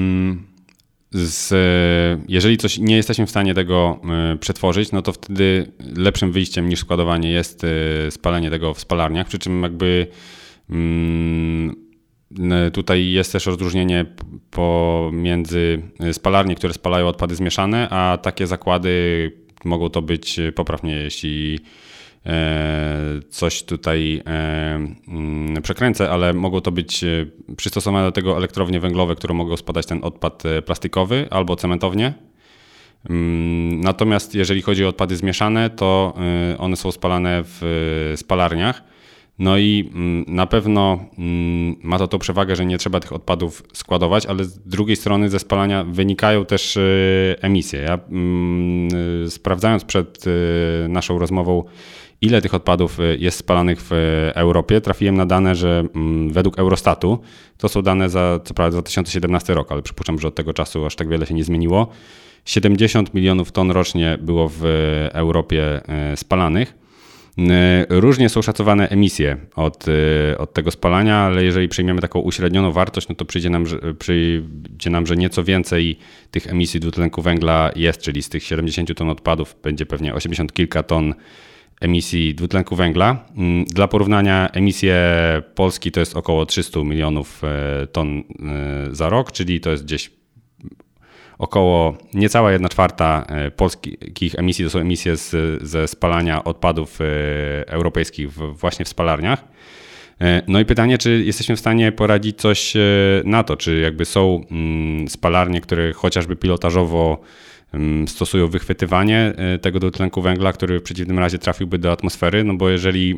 z, jeżeli coś nie jesteśmy w stanie tego przetworzyć, no to wtedy lepszym wyjściem niż składowanie jest spalenie tego w spalarniach, przy czym jakby tutaj jest też rozróżnienie pomiędzy spalarnie, które spalają odpady zmieszane, a takie zakłady mogą to być, poprawnie jeśli coś tutaj przekręcę, ale mogą to być przystosowane do tego elektrownie węglowe, które mogą spadać ten odpad plastikowy albo cementownie. Natomiast jeżeli chodzi o odpady zmieszane, to one są spalane w spalarniach. No i na pewno ma to tą przewagę, że nie trzeba tych odpadów składować, ale z drugiej strony ze spalania wynikają też emisje. Ja sprawdzając przed naszą rozmową, ile tych odpadów jest spalanych w Europie, trafiłem na dane, że według Eurostatu, to są dane za co prawda dwa tysiące siedemnasty rok, ale przypuszczam, że od tego czasu aż tak wiele się nie zmieniło, siedemdziesiąt milionów ton rocznie było w Europie spalanych. Różnie są szacowane emisje od, od tego spalania, ale jeżeli przyjmiemy taką uśrednioną wartość, no to przyjdzie nam, że, przyjdzie nam, że nieco więcej tych emisji dwutlenku węgla jest, czyli z tych siedemdziesiąt ton odpadów będzie pewnie osiemdziesiąt kilka ton emisji dwutlenku węgla. Dla porównania emisje Polski to jest około trzysta milionów ton za rok, czyli to jest gdzieś około niecała jedna czwarta polskich emisji to są emisje z, ze spalania odpadów europejskich w, właśnie w spalarniach. No i pytanie, czy jesteśmy w stanie poradzić coś na to, czy jakby są spalarnie, które chociażby pilotażowo stosują wychwytywanie tego dwutlenku węgla, który w przeciwnym razie trafiłby do atmosfery, no bo jeżeli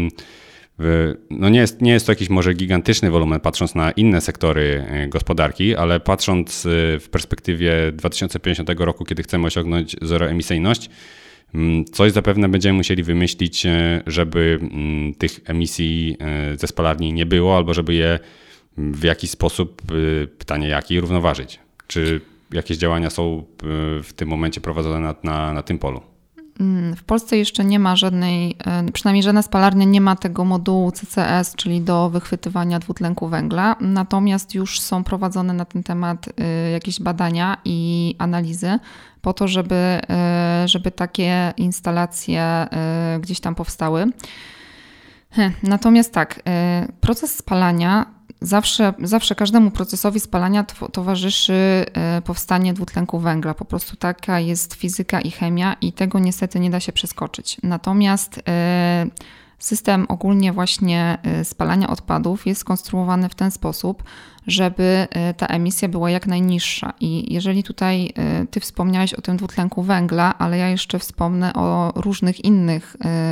no nie jest, nie jest to jakiś może gigantyczny wolumen patrząc na inne sektory gospodarki, ale patrząc w perspektywie dwa tysiące pięćdziesiątego roku, kiedy chcemy osiągnąć zeroemisyjność, coś zapewne będziemy musieli wymyślić, żeby tych emisji ze spalarni nie było, albo żeby je w jakiś sposób, pytanie jaki, równoważyć. Czy jakieś działania są w tym momencie prowadzone na, na, na tym polu? W Polsce jeszcze nie ma żadnej, przynajmniej żadna spalarnia nie ma tego modułu C C S, czyli do wychwytywania dwutlenku węgla. Natomiast już są prowadzone na ten temat jakieś badania i analizy po to, żeby, żeby takie instalacje gdzieś tam powstały. Natomiast tak, proces spalania zawsze, zawsze każdemu procesowi spalania towarzyszy powstanie dwutlenku węgla. Po prostu taka jest fizyka i chemia i tego niestety nie da się przeskoczyć. Natomiast system ogólnie właśnie spalania odpadów jest skonstruowany w ten sposób, żeby ta emisja była jak najniższa. I jeżeli tutaj ty wspomniałeś o tym dwutlenku węgla, ale ja jeszcze wspomnę o różnych innych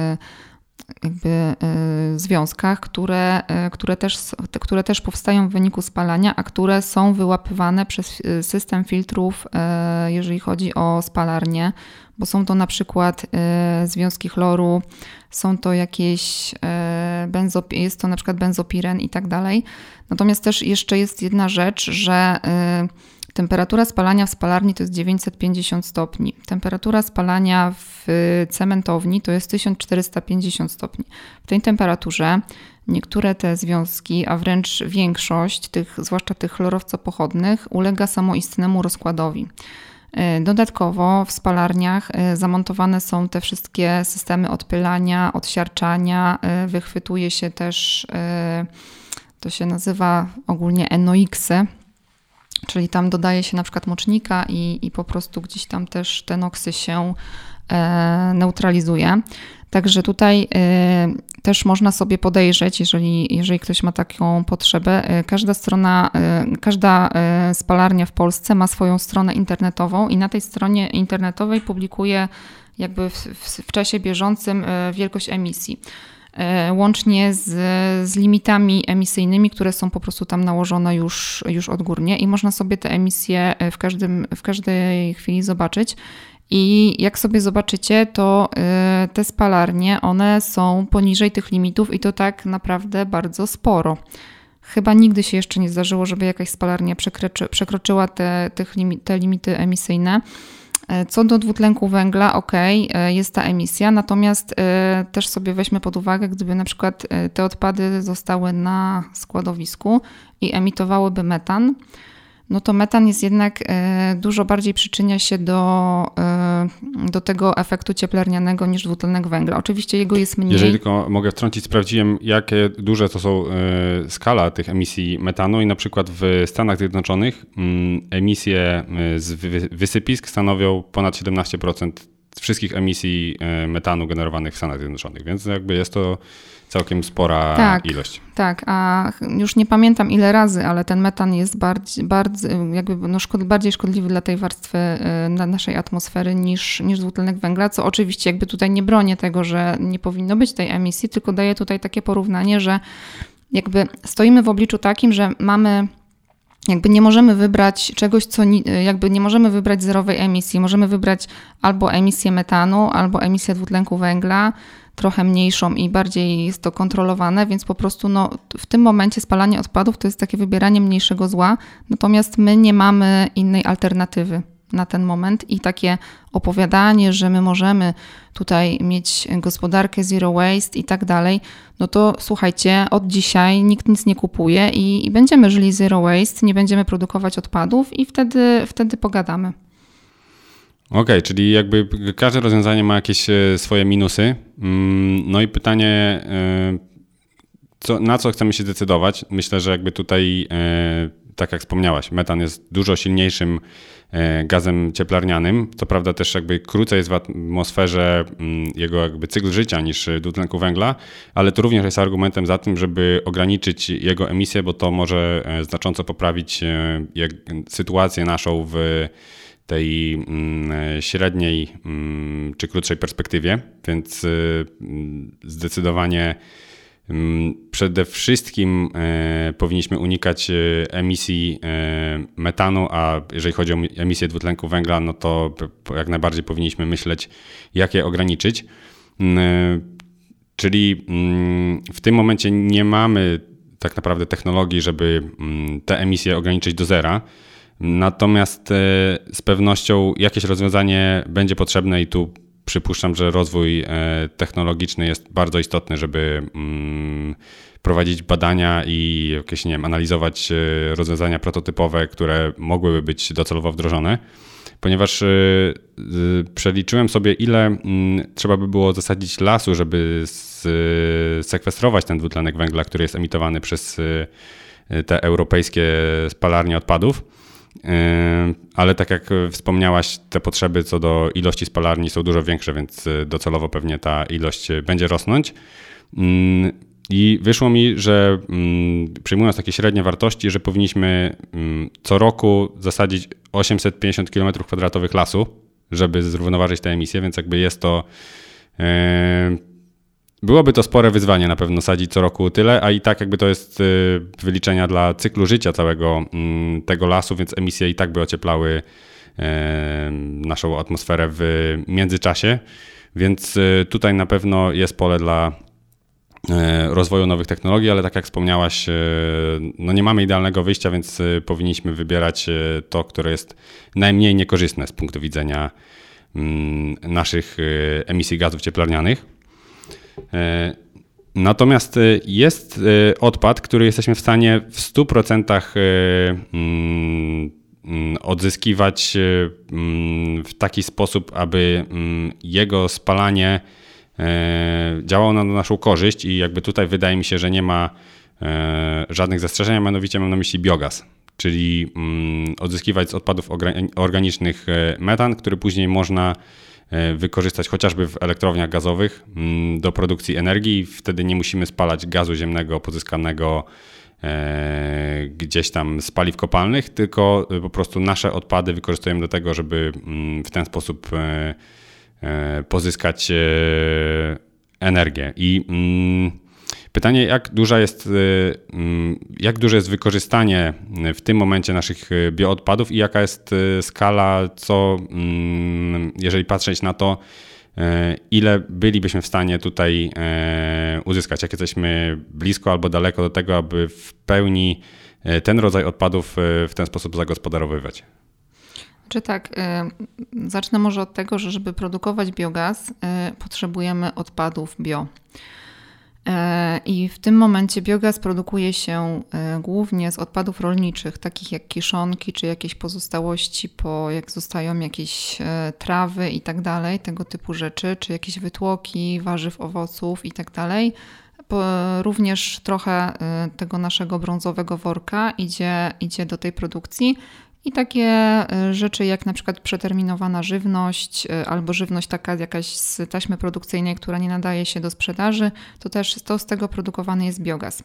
jakby związkach, które, które, też, które też powstają w wyniku spalania, a które są wyłapywane przez system filtrów, jeżeli chodzi o spalarnię, bo są to na przykład związki chloru, są to jakieś benzop- jest to na przykład benzopiren i tak dalej. Natomiast też jeszcze jest jedna rzecz, że temperatura spalania w spalarni to jest dziewięćset pięćdziesiąt stopni. Temperatura spalania w cementowni to jest tysiąc czterysta pięćdziesiąt stopni. W tej temperaturze niektóre te związki, a wręcz większość tych, zwłaszcza tych chlorowcopochodnych, ulega samoistnemu rozkładowi. Dodatkowo w spalarniach zamontowane są te wszystkie systemy odpylania, odsiarczania, wychwytuje się też, to się nazywa ogólnie N O X-y, czyli tam dodaje się na przykład mocznika i, i po prostu gdzieś tam też te noksy się e, neutralizuje. Także tutaj e, też można sobie podejrzeć, jeżeli, jeżeli ktoś ma taką potrzebę. E, każda strona, e, każda e, spalarnia w Polsce ma swoją stronę internetową i na tej stronie internetowej publikuje jakby w, w, w czasie bieżącym e, wielkość emisji. Łącznie z, z limitami emisyjnymi, które są po prostu tam nałożone już, już odgórnie i można sobie te emisje w, każdym, w każdej chwili zobaczyć. I jak sobie zobaczycie, to te spalarnie, one są poniżej tych limitów i to tak naprawdę bardzo sporo. Chyba nigdy się jeszcze nie zdarzyło, żeby jakaś spalarnia przekroczy, przekroczyła te, te, te limity emisyjne. Co do dwutlenku węgla, ok, jest ta emisja, natomiast też sobie weźmy pod uwagę, gdyby na przykład te odpady zostały na składowisku i emitowałyby metan, no to metan jest jednak dużo bardziej przyczynia się do, do tego efektu cieplarnianego niż dwutlenek węgla. Oczywiście jego jest mniej. Jeżeli tylko mogę wtrącić, sprawdziłem, jakie duże to są skala tych emisji metanu i na przykład w Stanach Zjednoczonych emisje z wysypisk stanowią ponad siedemnaście procent wszystkich emisji metanu generowanych w Stanach Zjednoczonych, więc jakby jest to całkiem spora tak, ilość. Tak, a już nie pamiętam ile razy, ale ten metan jest bardziej, bardziej, jakby no szkod, bardziej szkodliwy dla tej warstwy na naszej atmosfery niż, niż dwutlenek węgla, co oczywiście jakby tutaj nie bronię tego, że nie powinno być tej emisji, tylko daję tutaj takie porównanie, że jakby stoimy w obliczu takim, że mamy jakby nie możemy wybrać czegoś, co jakby nie możemy wybrać zerowej emisji. Możemy wybrać albo emisję metanu, albo emisję dwutlenku węgla, trochę mniejszą i bardziej jest to kontrolowane, więc po prostu no, w tym momencie spalanie odpadów to jest takie wybieranie mniejszego zła, natomiast my nie mamy innej alternatywy na ten moment i takie opowiadanie, że my możemy tutaj mieć gospodarkę zero waste i tak dalej, no to słuchajcie, od dzisiaj nikt nic nie kupuje i, i będziemy żyli zero waste, nie będziemy produkować odpadów i wtedy, wtedy pogadamy. Okej, okay, czyli jakby każde rozwiązanie ma jakieś swoje minusy. No i pytanie, co, na co chcemy się zdecydować? Myślę, że jakby tutaj, tak jak wspomniałaś, metan jest dużo silniejszym gazem cieplarnianym. Co prawda też jakby krócej jest w atmosferze jego jakby cykl życia niż dwutlenku węgla, ale to również jest argumentem za tym, żeby ograniczyć jego emisję, bo to może znacząco poprawić sytuację naszą w tej średniej czy krótszej perspektywie, więc zdecydowanie przede wszystkim powinniśmy unikać emisji metanu, a jeżeli chodzi o emisję dwutlenku węgla, no to jak najbardziej powinniśmy myśleć, jak je ograniczyć. Czyli w tym momencie nie mamy tak naprawdę technologii, żeby te emisje ograniczyć do zera. Natomiast z pewnością jakieś rozwiązanie będzie potrzebne i tu przypuszczam, że rozwój technologiczny jest bardzo istotny, żeby prowadzić badania i jakieś, nie wiem, analizować rozwiązania prototypowe, które mogłyby być docelowo wdrożone, ponieważ przeliczyłem sobie, ile trzeba by było zasadzić lasu, żeby sekwestrować ten dwutlenek węgla, który jest emitowany przez te europejskie spalarnie odpadów. Ale tak jak wspomniałaś, te potrzeby co do ilości spalarni są dużo większe, więc docelowo pewnie ta ilość będzie rosnąć. I wyszło mi, że przyjmując takie średnie wartości, że powinniśmy co roku zasadzić osiemset pięćdziesiąt kilometrów kwadratowych lasu, żeby zrównoważyć te emisje, więc jakby jest to... Byłoby to spore wyzwanie na pewno sadzić co roku tyle, a i tak jakby to jest wyliczenia dla cyklu życia całego tego lasu, więc emisje i tak by ocieplały naszą atmosferę w międzyczasie, więc tutaj na pewno jest pole dla rozwoju nowych technologii, ale tak jak wspomniałaś, no nie mamy idealnego wyjścia, więc powinniśmy wybierać to, które jest najmniej niekorzystne z punktu widzenia naszych emisji gazów cieplarnianych. Natomiast jest odpad, który jesteśmy w stanie w stu procentach odzyskiwać w taki sposób, aby jego spalanie działało na naszą korzyść i jakby tutaj wydaje mi się, że nie ma żadnych zastrzeżeń, a mianowicie mam na myśli biogaz, czyli odzyskiwać z odpadów organicznych metan, który później można wykorzystać chociażby w elektrowniach gazowych do produkcji energii. Wtedy nie musimy spalać gazu ziemnego pozyskanego gdzieś tam z paliw kopalnych, tylko po prostu nasze odpady wykorzystujemy do tego, żeby w ten sposób pozyskać energię. I pytanie, jak duża jest, jak duże jest wykorzystanie w tym momencie naszych bioodpadów i jaka jest skala, co jeżeli patrzeć na to, ile bylibyśmy w stanie tutaj uzyskać, jak jesteśmy blisko albo daleko do tego, aby w pełni ten rodzaj odpadów w ten sposób zagospodarowywać. Czy tak, zacznę może od tego, że żeby produkować biogaz, potrzebujemy odpadów bio. I w tym momencie biogaz produkuje się głównie z odpadów rolniczych, takich jak kiszonki, czy jakieś pozostałości, po jak zostają jakieś trawy i tak dalej, tego typu rzeczy, czy jakieś wytłoki warzyw, owoców i tak dalej. Również trochę tego naszego brązowego worka idzie, idzie do tej produkcji. I takie rzeczy jak na przykład przeterminowana żywność albo żywność taka jakaś z taśmy produkcyjnej, która nie nadaje się do sprzedaży, to też to z tego produkowany jest biogaz.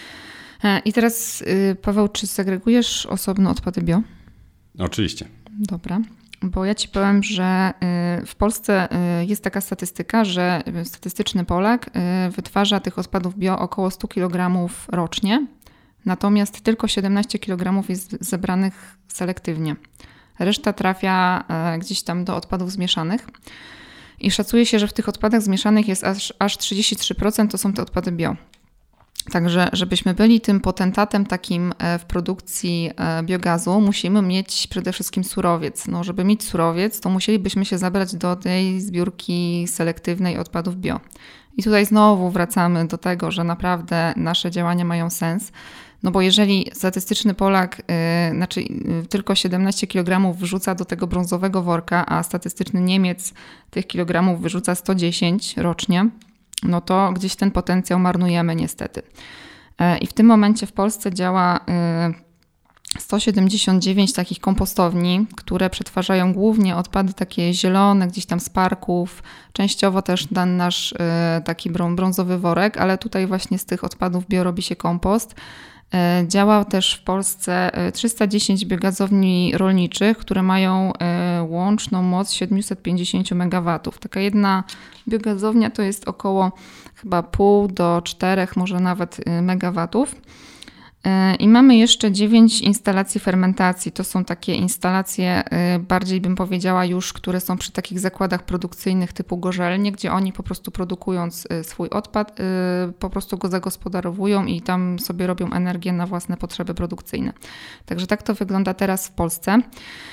I teraz Paweł, czy segregujesz osobno odpady bio? Oczywiście. Dobra, bo ja ci powiem, że w Polsce jest taka statystyka, że statystyczny Polak wytwarza tych odpadów bio około sto kilogramów rocznie. Natomiast tylko siedemnaście kilogramów jest zebranych selektywnie. Reszta trafia gdzieś tam do odpadów zmieszanych. I szacuje się, że w tych odpadach zmieszanych jest aż, aż trzydzieści trzy procent to są te odpady bio. Także żebyśmy byli tym potentatem takim w produkcji biogazu, musimy mieć przede wszystkim surowiec. No, żeby mieć surowiec, to musielibyśmy się zabrać do tej zbiórki selektywnej odpadów bio. I tutaj znowu wracamy do tego, że naprawdę nasze działania mają sens. No bo jeżeli statystyczny Polak, yy, znaczy yy, tylko siedemnaście kilogramów wrzuca do tego brązowego worka, a statystyczny Niemiec tych kilogramów wyrzuca sto dziesięć rocznie, no to gdzieś ten potencjał marnujemy niestety. Yy, I w tym momencie w Polsce działa yy, sto siedemdziesiąt dziewięć takich kompostowni, które przetwarzają głównie odpady takie zielone, gdzieś tam z parków, częściowo też dan nasz yy, taki brązowy worek, ale tutaj właśnie z tych odpadów bio robi się kompost. Działa też w Polsce trzysta dziesięć biogazowni rolniczych, które mają łączną moc siedemset pięćdziesiąt megawatów. Taka jedna biogazownia to jest około chyba pół do czterech, może nawet megawatów. I mamy jeszcze dziewięć instalacji fermentacji. To są takie instalacje, bardziej bym powiedziała już, które są przy takich zakładach produkcyjnych typu gorzelnie, gdzie oni po prostu produkując swój odpad, po prostu go zagospodarowują i tam sobie robią energię na własne potrzeby produkcyjne. Także tak to wygląda teraz w Polsce.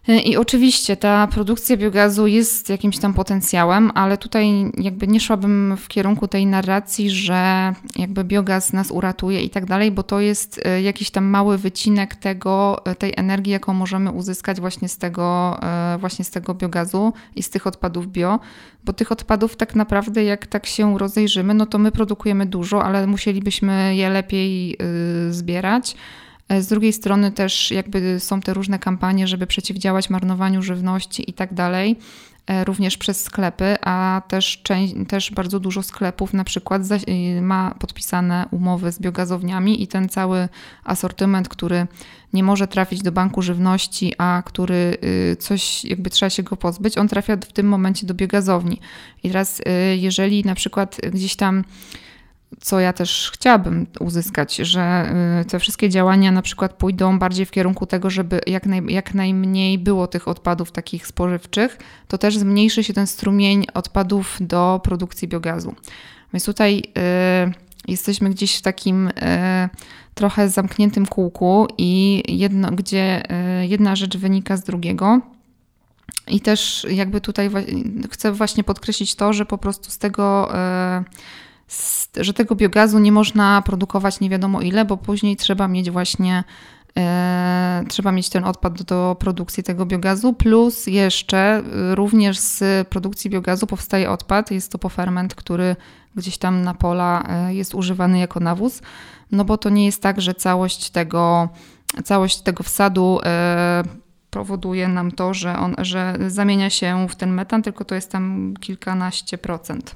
I oczywiście ta produkcja biogazu jest jakimś tam potencjałem, ale tutaj jakby nie szłabym w kierunku tej narracji, że jakby biogaz nas uratuje i tak dalej, bo to jest jakiś tam mały wycinek tego, tej energii, jaką możemy uzyskać właśnie z tego, właśnie z tego biogazu i z tych odpadów bio, bo tych odpadów tak naprawdę jak tak się rozejrzymy, no to my produkujemy dużo, ale musielibyśmy je lepiej zbierać. Z drugiej strony też jakby są te różne kampanie, żeby przeciwdziałać marnowaniu żywności i tak dalej, również przez sklepy, a też, część, też bardzo dużo sklepów na przykład ma podpisane umowy z biogazowniami i ten cały asortyment, który nie może trafić do banku żywności, a który coś jakby trzeba się go pozbyć, on trafia w tym momencie do biogazowni. I teraz jeżeli na przykład gdzieś tam, co ja też chciałabym uzyskać, że te wszystkie działania na przykład pójdą bardziej w kierunku tego, żeby jak, naj, jak najmniej było tych odpadów takich spożywczych, to też zmniejszy się ten strumień odpadów do produkcji biogazu. Więc tutaj y, jesteśmy gdzieś w takim y, trochę zamkniętym kółku i jedno, gdzie y, jedna rzecz wynika z drugiego. I też jakby tutaj chcę właśnie podkreślić to, że po prostu z tego y, że tego biogazu nie można produkować nie wiadomo ile, bo później trzeba mieć właśnie e, trzeba mieć ten odpad do, do produkcji tego biogazu, plus jeszcze również z produkcji biogazu powstaje odpad, jest to poferment, który gdzieś tam na pola jest używany jako nawóz, no bo to nie jest tak, że całość tego, całość tego wsadu e, powoduje nam to, że on, że zamienia się w ten metan, tylko to jest tam kilkanaście procent.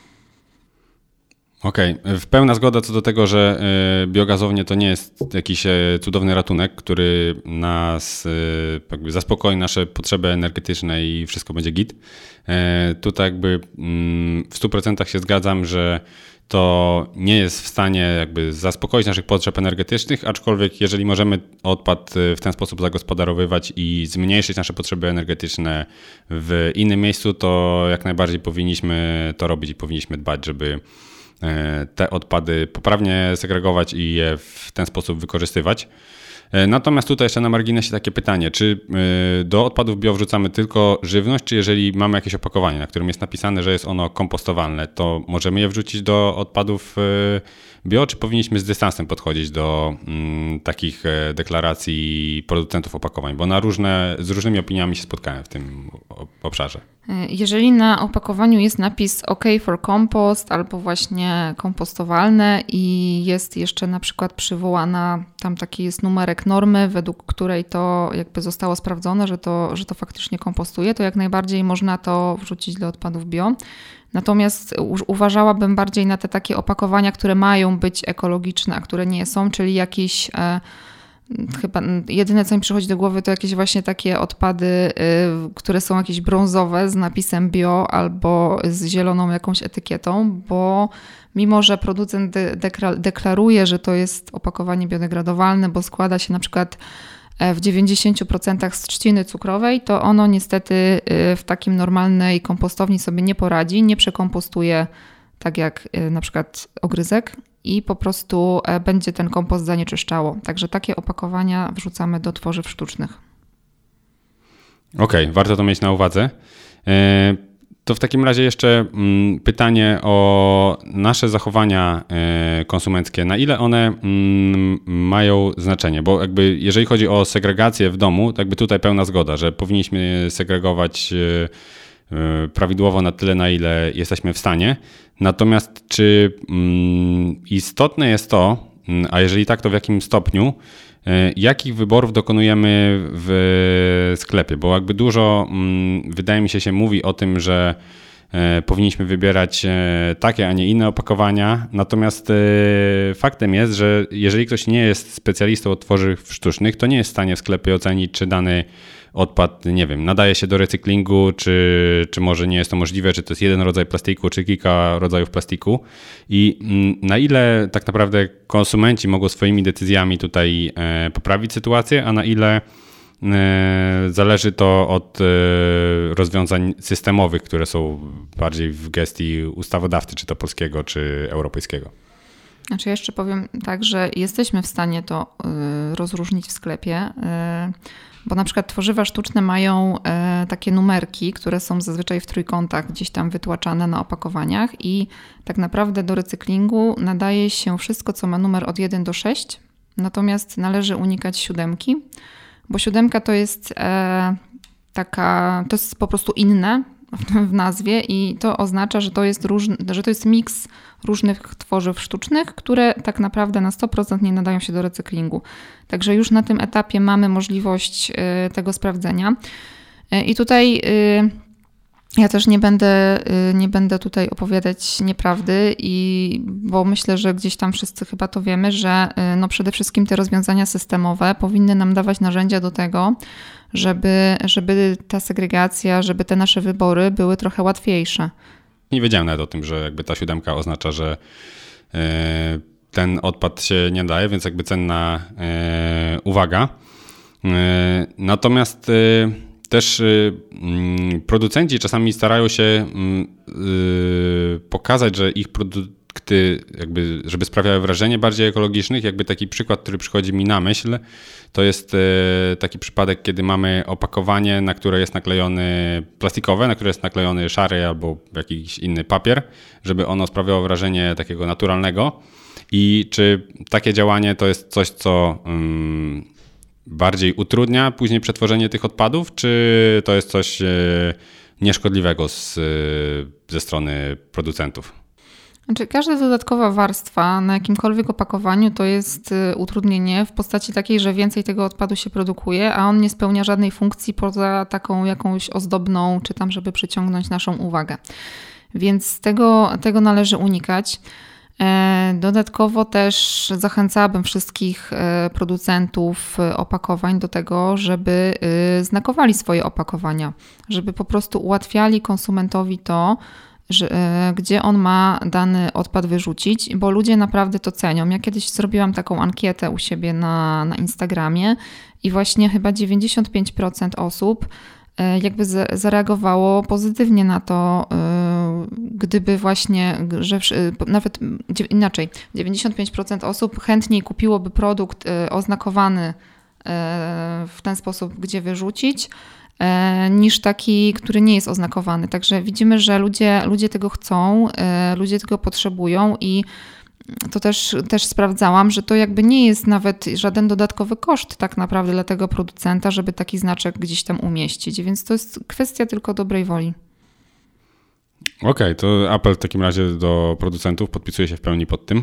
Okej, okay. Pełna zgoda co do tego, że biogazownie to nie jest jakiś cudowny ratunek, który nas jakby zaspokoi nasze potrzeby energetyczne i wszystko będzie git. Tutaj jakby w stu procentach się zgadzam, że to nie jest w stanie jakby zaspokoić naszych potrzeb energetycznych, aczkolwiek jeżeli możemy odpad w ten sposób zagospodarowywać i zmniejszyć nasze potrzeby energetyczne w innym miejscu, to jak najbardziej powinniśmy to robić i powinniśmy dbać, żeby te odpady poprawnie segregować i je w ten sposób wykorzystywać. Natomiast tutaj jeszcze na marginesie takie pytanie, czy do odpadów bio wrzucamy tylko żywność, czy jeżeli mamy jakieś opakowanie, na którym jest napisane, że jest ono kompostowalne, to możemy je wrzucić do odpadów bio, czy powinniśmy z dystansem podchodzić do mm, takich deklaracji producentów opakowań, bo na różne, z różnymi opiniami się spotkałem w tym obszarze. Jeżeli na opakowaniu jest napis OK for compost albo właśnie kompostowalne i jest jeszcze na przykład przywołana, tam taki jest numerek normy, według której to jakby zostało sprawdzone, że to, że to faktycznie kompostuje, to jak najbardziej można to wrzucić do odpadów bio. Natomiast uważałabym bardziej na te takie opakowania, które mają być ekologiczne, a które nie są, czyli jakieś e, chyba jedyne, co mi przychodzi do głowy, to jakieś właśnie takie odpady, y, które są jakieś brązowe z napisem bio albo z zieloną jakąś etykietą, bo mimo, że producent de- deklaruje, że to jest opakowanie biodegradowalne, bo składa się na przykład w dziewięćdziesiąt procent z trzciny cukrowej, to ono niestety w takim normalnej kompostowni sobie nie poradzi, nie przekompostuje tak jak na przykład ogryzek i po prostu będzie ten kompost zanieczyszczało. Także takie opakowania wrzucamy do tworzyw sztucznych. Okej, okay, warto to mieć na uwadze. To w takim razie jeszcze pytanie o nasze zachowania konsumenckie. Na ile one mają znaczenie? Bo jakby jeżeli chodzi o segregację w domu, to jakby tutaj pełna zgoda, że powinniśmy segregować prawidłowo na tyle, na ile jesteśmy w stanie. Natomiast czy istotne jest to, a jeżeli tak, to w jakim stopniu, jakich wyborów dokonujemy w sklepie? Bo jakby dużo, wydaje mi się, się mówi o tym, że powinniśmy wybierać takie, a nie inne opakowania. Natomiast faktem jest, że jeżeli ktoś nie jest specjalistą od tworzyw sztucznych, to nie jest w stanie w sklepie ocenić, czy dany odpad, nie wiem, nadaje się do recyklingu, czy, czy może nie jest to możliwe, czy to jest jeden rodzaj plastiku, czy kilka rodzajów plastiku i na ile tak naprawdę konsumenci mogą swoimi decyzjami tutaj poprawić sytuację, a na ile zależy to od rozwiązań systemowych, które są bardziej w gestii ustawodawcy, czy to polskiego, czy europejskiego. Znaczy ja jeszcze powiem tak, że jesteśmy w stanie to y, rozróżnić w sklepie, y, bo na przykład tworzywa sztuczne mają y, takie numerki, które są zazwyczaj w trójkątach gdzieś tam wytłaczane na opakowaniach i tak naprawdę do recyklingu nadaje się wszystko, co ma numer od jeden do sześciu, natomiast należy unikać siódemki, bo siódemka to jest y, taka, to jest po prostu inne w nazwie i to oznacza, że to jest różny, że to jest miks różnych tworzyw sztucznych, które tak naprawdę na sto procent nie nadają się do recyklingu. Także już na tym etapie mamy możliwość tego sprawdzenia. I tutaj ja też nie będę, nie będę tutaj opowiadać nieprawdy, i, bo myślę, że gdzieś tam wszyscy chyba to wiemy, że no przede wszystkim te rozwiązania systemowe powinny nam dawać narzędzia do tego, żeby, żeby ta segregacja, żeby te nasze wybory były trochę łatwiejsze. Nie wiedziałem nawet o tym, że jakby ta siódemka oznacza, że ten odpad się nie daje, więc jakby cenna uwaga. Natomiast też producenci czasami starają się pokazać, że ich produkty jakby, żeby sprawiały wrażenie bardziej ekologicznych. Jakby taki przykład, który przychodzi mi na myśl, to jest taki przypadek, kiedy mamy opakowanie, na które jest naklejony plastikowe, na które jest naklejony szary albo jakiś inny papier, żeby ono sprawiało wrażenie takiego naturalnego. I czy takie działanie to jest coś, co um, bardziej utrudnia później przetworzenie tych odpadów, czy to jest coś nieszkodliwego z, ze strony producentów? Znaczy, każda dodatkowa warstwa na jakimkolwiek opakowaniu to jest utrudnienie w postaci takiej, że więcej tego odpadu się produkuje, a on nie spełnia żadnej funkcji poza taką jakąś ozdobną, czy tam, żeby przyciągnąć naszą uwagę. Więc tego, tego należy unikać. Dodatkowo też zachęcałabym wszystkich producentów opakowań do tego, żeby znakowali swoje opakowania, żeby po prostu ułatwiali konsumentowi to, że, gdzie on ma dany odpad wyrzucić, bo ludzie naprawdę to cenią. Ja kiedyś zrobiłam taką ankietę u siebie na, na Instagramie i właśnie chyba dziewięćdziesiąt pięć procent osób jakby zareagowało pozytywnie na to, gdyby właśnie, że nawet inaczej, dziewięćdziesiąt pięć procent osób chętniej kupiłoby produkt oznakowany w ten sposób, gdzie wyrzucić, niż taki, który nie jest oznakowany. Także widzimy, że ludzie, ludzie tego chcą, ludzie tego potrzebują i to też, też sprawdzałam, że to jakby nie jest nawet żaden dodatkowy koszt tak naprawdę dla tego producenta, żeby taki znaczek gdzieś tam umieścić, więc to jest kwestia tylko dobrej woli. Okej, okay, to apel w takim razie do producentów, podpisuję się w pełni pod tym.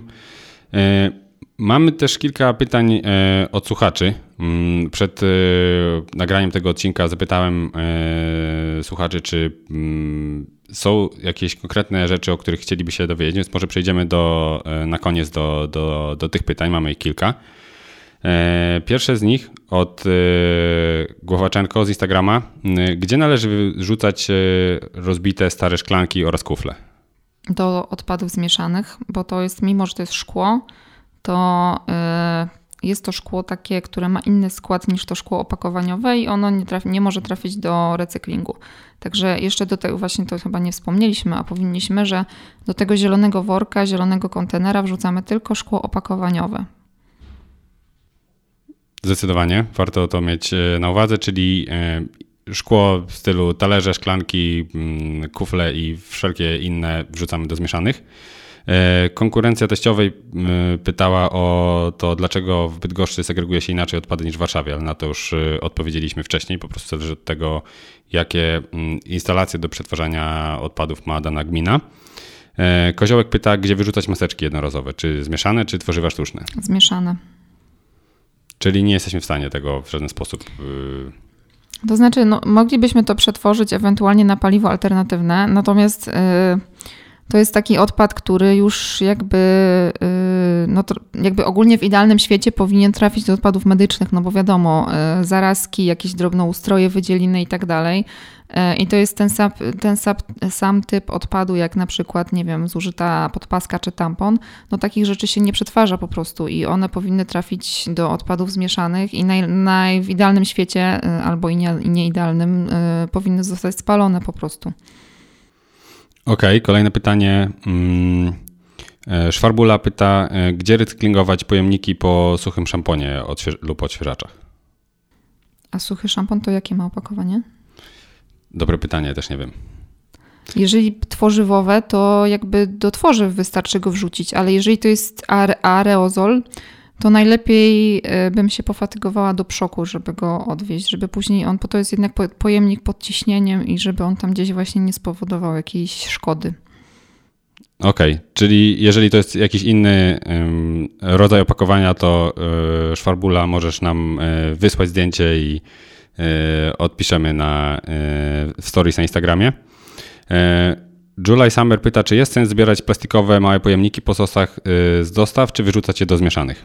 Mamy też kilka pytań od słuchaczy. Przed nagraniem tego odcinka zapytałem słuchaczy, czy są jakieś konkretne rzeczy, o których chcieliby się dowiedzieć, więc może przejdziemy do, na koniec do, do, do tych pytań. Mamy ich kilka. Pierwsze z nich od Głowaczenko z Instagrama. Gdzie należy wyrzucać rozbite stare szklanki oraz kufle? Do odpadów zmieszanych, bo to jest, mimo że to jest szkło, to jest to szkło takie, które ma inny skład niż to szkło opakowaniowe i ono nie, trafi, nie może trafić do recyklingu. Także jeszcze do tego właśnie to chyba nie wspomnieliśmy, a powinniśmy, że do tego zielonego worka, zielonego kontenera wrzucamy tylko szkło opakowaniowe. Zdecydowanie, warto to mieć na uwadze, czyli szkło w stylu talerze, szklanki, kufle i wszelkie inne wrzucamy do zmieszanych. Konkurencja teściowej pytała o to, dlaczego w Bydgoszczy segreguje się inaczej odpady niż w Warszawie, ale na to już odpowiedzieliśmy wcześniej. Po prostu zależy od tego, jakie instalacje do przetwarzania odpadów ma dana gmina. Koziołek pyta, gdzie wyrzucać maseczki jednorazowe, czy zmieszane, czy tworzywa sztuczne? Zmieszane. Czyli nie jesteśmy w stanie tego w żaden sposób... To znaczy, no, moglibyśmy to przetworzyć ewentualnie na paliwo alternatywne, natomiast... Yy... To jest taki odpad, który już jakby, no to jakby ogólnie w idealnym świecie powinien trafić do odpadów medycznych, no bo wiadomo, zarazki, jakieś drobnoustroje, wydzieliny i tak dalej. I to jest ten, sam, ten sam, sam typ odpadu, jak na przykład, nie wiem, zużyta podpaska czy tampon. No takich rzeczy się nie przetwarza po prostu i one powinny trafić do odpadów zmieszanych i naj, naj, w idealnym świecie albo i nie, i nieidealnym powinny zostać spalone po prostu. Okej, okay, kolejne pytanie. Szwarbula pyta, gdzie recyklingować pojemniki po suchym szamponie odśwież- lub odświeżaczach? A suchy szampon to jakie ma opakowanie? Dobre pytanie, też nie wiem. Jeżeli tworzywowe, to jakby do tworzyw wystarczy go wrzucić, ale jeżeli to jest aerozol, to najlepiej bym się pofatygowała do przoku, żeby go odwieźć, żeby później on, bo to jest jednak pojemnik pod ciśnieniem i żeby on tam gdzieś właśnie nie spowodował jakiejś szkody. Okej, okay, czyli jeżeli to jest jakiś inny um, rodzaj opakowania, to y, Szwarbula możesz nam y, wysłać zdjęcie i y, odpiszemy na y, stories na Instagramie. Y, July Summer pyta, czy jest sens zbierać plastikowe małe pojemniki po sosach y, z dostaw, czy wyrzucać je do zmieszanych?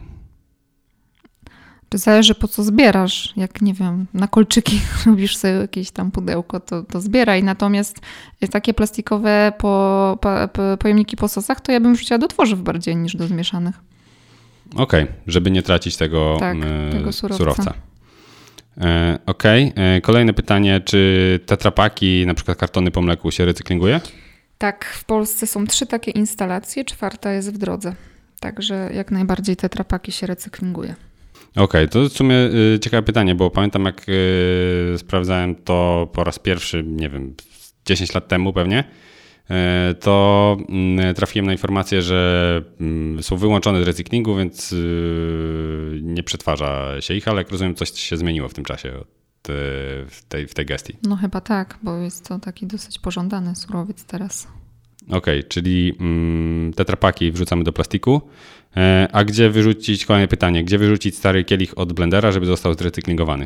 To zależy, po co zbierasz. Jak, nie wiem, na kolczyki robisz sobie jakieś tam pudełko, to, to zbieraj. Natomiast takie plastikowe po, po, po, pojemniki po sosach, to ja bym wrzuciła do tworzyw bardziej niż do zmieszanych. Okej, okay, żeby nie tracić tego, tak, y, tego surowca. surowca. Y, Okej, okay. Kolejne pytanie, czy tetrapaki, na przykład kartony po mleku się recyklinguje? Tak, w Polsce są trzy takie instalacje, czwarta jest w drodze. Także jak najbardziej tetrapaki się recyklinguje. Okej, okay, to w sumie y, ciekawe pytanie, bo pamiętam jak y, sprawdzałem to po raz pierwszy, nie wiem, dziesięć lat temu pewnie, y, to y, trafiłem na informację, że y, są wyłączone z recyklingu, więc y, nie przetwarza się ich, ale jak rozumiem, coś się zmieniło w tym czasie od, y, w, tej, w tej gestii. No chyba tak, bo jest to taki dosyć pożądany surowiec teraz. Okej, okay, czyli mm, tetrapaki wrzucamy do plastiku. E, a gdzie wyrzucić, kolejne pytanie, gdzie wyrzucić stary kielich od blendera, żeby został zrecyklingowany?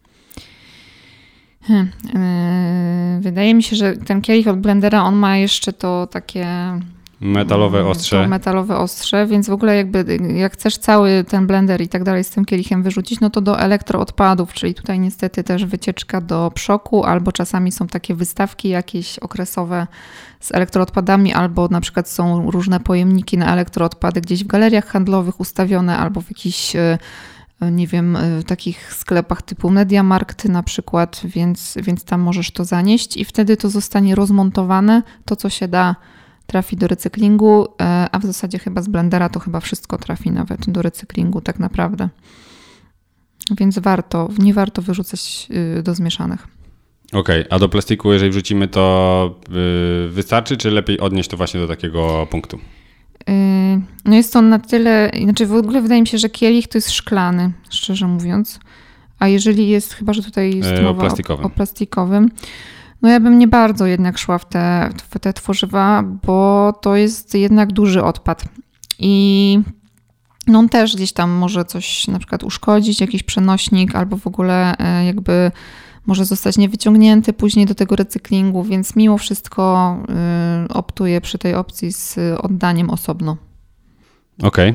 Hmm, yy, wydaje mi się, że ten kielich od blendera, on ma jeszcze to takie... Metalowe ostrze. To metalowe ostrze, więc w ogóle jakby jak chcesz cały ten blender i tak dalej z tym kielichem wyrzucić, no to do elektroodpadów, czyli tutaj niestety też wycieczka do przoku, albo czasami są takie wystawki jakieś okresowe z elektroodpadami, albo na przykład są różne pojemniki na elektroodpady gdzieś w galeriach handlowych ustawione, albo w jakichś, nie wiem, w takich sklepach typu MediaMarkt na przykład, więc, więc tam możesz to zanieść i wtedy to zostanie rozmontowane, to co się da trafi do recyklingu, a w zasadzie chyba z blendera to chyba wszystko trafi nawet do recyklingu tak naprawdę. Więc warto, nie warto wyrzucać do zmieszanych. Okej, okay, a do plastiku jeżeli wrzucimy to yy, wystarczy, czy lepiej odnieść to właśnie do takiego punktu? Yy, no jest to na tyle, znaczy w ogóle wydaje mi się, że kielich to jest szklany, szczerze mówiąc. A jeżeli jest, chyba że tutaj jest yy, mowa o plastikowym. O, o plastikowym, no ja bym nie bardzo jednak szła w te, w te tworzywa, bo to jest jednak duży odpad. I no on też gdzieś tam może coś na przykład uszkodzić, jakiś przenośnik, albo w ogóle jakby może zostać niewyciągnięty później do tego recyklingu, więc mimo wszystko y, optuję przy tej opcji z oddaniem osobno. Okej.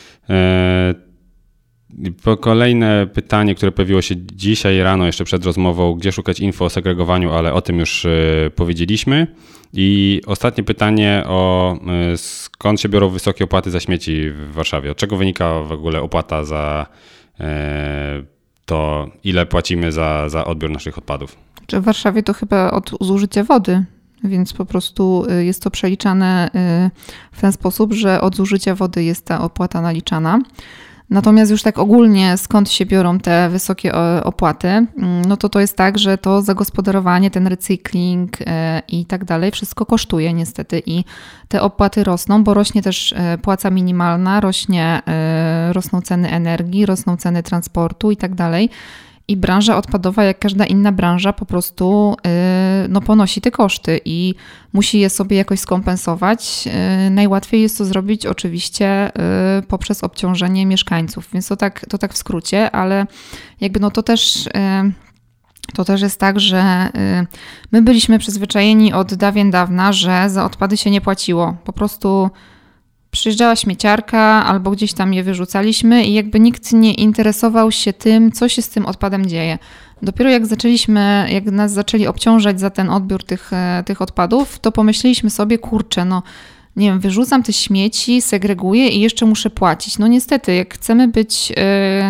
Okay. Kolejne pytanie, które pojawiło się dzisiaj rano, jeszcze przed rozmową, gdzie szukać info o segregowaniu, ale o tym już y, powiedzieliśmy. I ostatnie pytanie o y, skąd się biorą wysokie opłaty za śmieci w Warszawie? Od czego wynika w ogóle opłata za y, to, ile płacimy za, za odbiór naszych odpadów? W Warszawie to chyba od zużycia wody, więc po prostu jest to przeliczane w ten sposób, że od zużycia wody jest ta opłata naliczana. Natomiast już tak ogólnie skąd się biorą te wysokie opłaty, no to to jest tak, że to zagospodarowanie, ten recykling i tak dalej wszystko kosztuje niestety i te opłaty rosną, bo rośnie też płaca minimalna, rośnie, rosną ceny energii, rosną ceny transportu i tak dalej. I branża odpadowa, jak każda inna branża, po prostu no, ponosi te koszty i musi je sobie jakoś skompensować. Najłatwiej jest to zrobić oczywiście poprzez obciążenie mieszkańców, więc to tak, to tak w skrócie, ale jakby no to też... To też jest tak, że my byliśmy przyzwyczajeni od dawien dawna, że za odpady się nie płaciło. Po prostu przyjeżdżała śmieciarka albo gdzieś tam je wyrzucaliśmy i jakby nikt nie interesował się tym, co się z tym odpadem dzieje. Dopiero jak zaczęliśmy, jak nas zaczęli obciążać za ten odbiór tych, tych odpadów, to pomyśleliśmy sobie, kurczę, no nie wiem, wyrzucam te śmieci, segreguję i jeszcze muszę płacić. No niestety, jak chcemy być... Yy,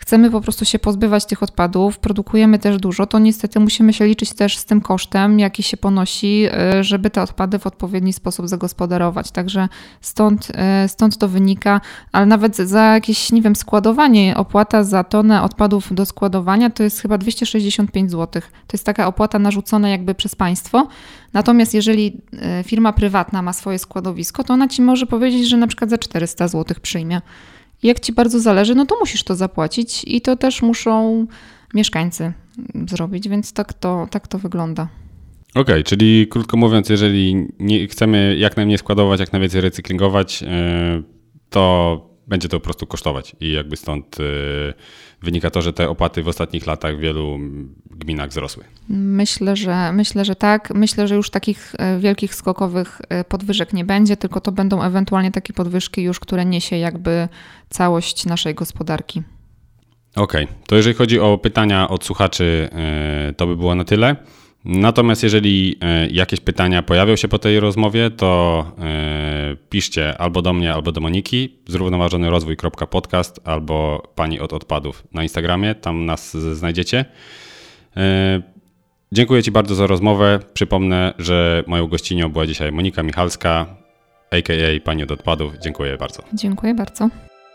chcemy po prostu się pozbywać tych odpadów, produkujemy też dużo, to niestety musimy się liczyć też z tym kosztem, jaki się ponosi, żeby te odpady w odpowiedni sposób zagospodarować. Także stąd, stąd to wynika, ale nawet za jakieś, nie wiem, składowanie, opłata za tonę odpadów do składowania to jest chyba dwieście sześćdziesiąt pięć złotych. To jest taka opłata narzucona jakby przez państwo. Natomiast jeżeli firma prywatna ma swoje składowisko, to ona ci może powiedzieć, że na przykład za czterysta złotych przyjmie. I jak ci bardzo zależy, no to musisz to zapłacić i to też muszą mieszkańcy zrobić, więc tak to, tak to wygląda. Okej, okay, czyli krótko mówiąc, jeżeli nie, chcemy jak najmniej składować, jak najwięcej recyklingować, yy, to będzie to po prostu kosztować i jakby stąd yy, wynika to, że te opłaty w ostatnich latach w wielu gminach wzrosły. Myślę, że myślę, że tak. Myślę, że już takich wielkich skokowych podwyżek nie będzie, tylko to będą ewentualnie takie podwyżki już, które niesie jakby całość naszej gospodarki. Okej, okay. To jeżeli chodzi o pytania od słuchaczy, yy, to by było na tyle. Natomiast jeżeli jakieś pytania pojawią się po tej rozmowie, to piszcie albo do mnie, albo do Moniki, zrównoważony rozwój kropka podcast, albo pani od odpadów na Instagramie, tam nas znajdziecie. Dziękuję Ci bardzo za rozmowę. Przypomnę, że moją gościnią była dzisiaj Monika Michalska, a k a pani od odpadów. Dziękuję bardzo. Dziękuję bardzo.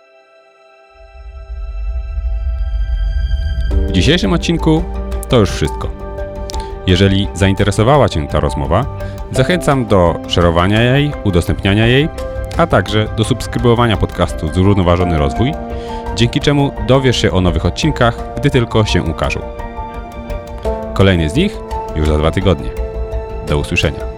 W dzisiejszym odcinku to już wszystko. Jeżeli zainteresowała Cię ta rozmowa, zachęcam do szerowania jej, udostępniania jej, a także do subskrybowania podcastu Zrównoważony Rozwój, dzięki czemu dowiesz się o nowych odcinkach, gdy tylko się ukażą. Kolejny z nich już za dwa tygodnie. Do usłyszenia.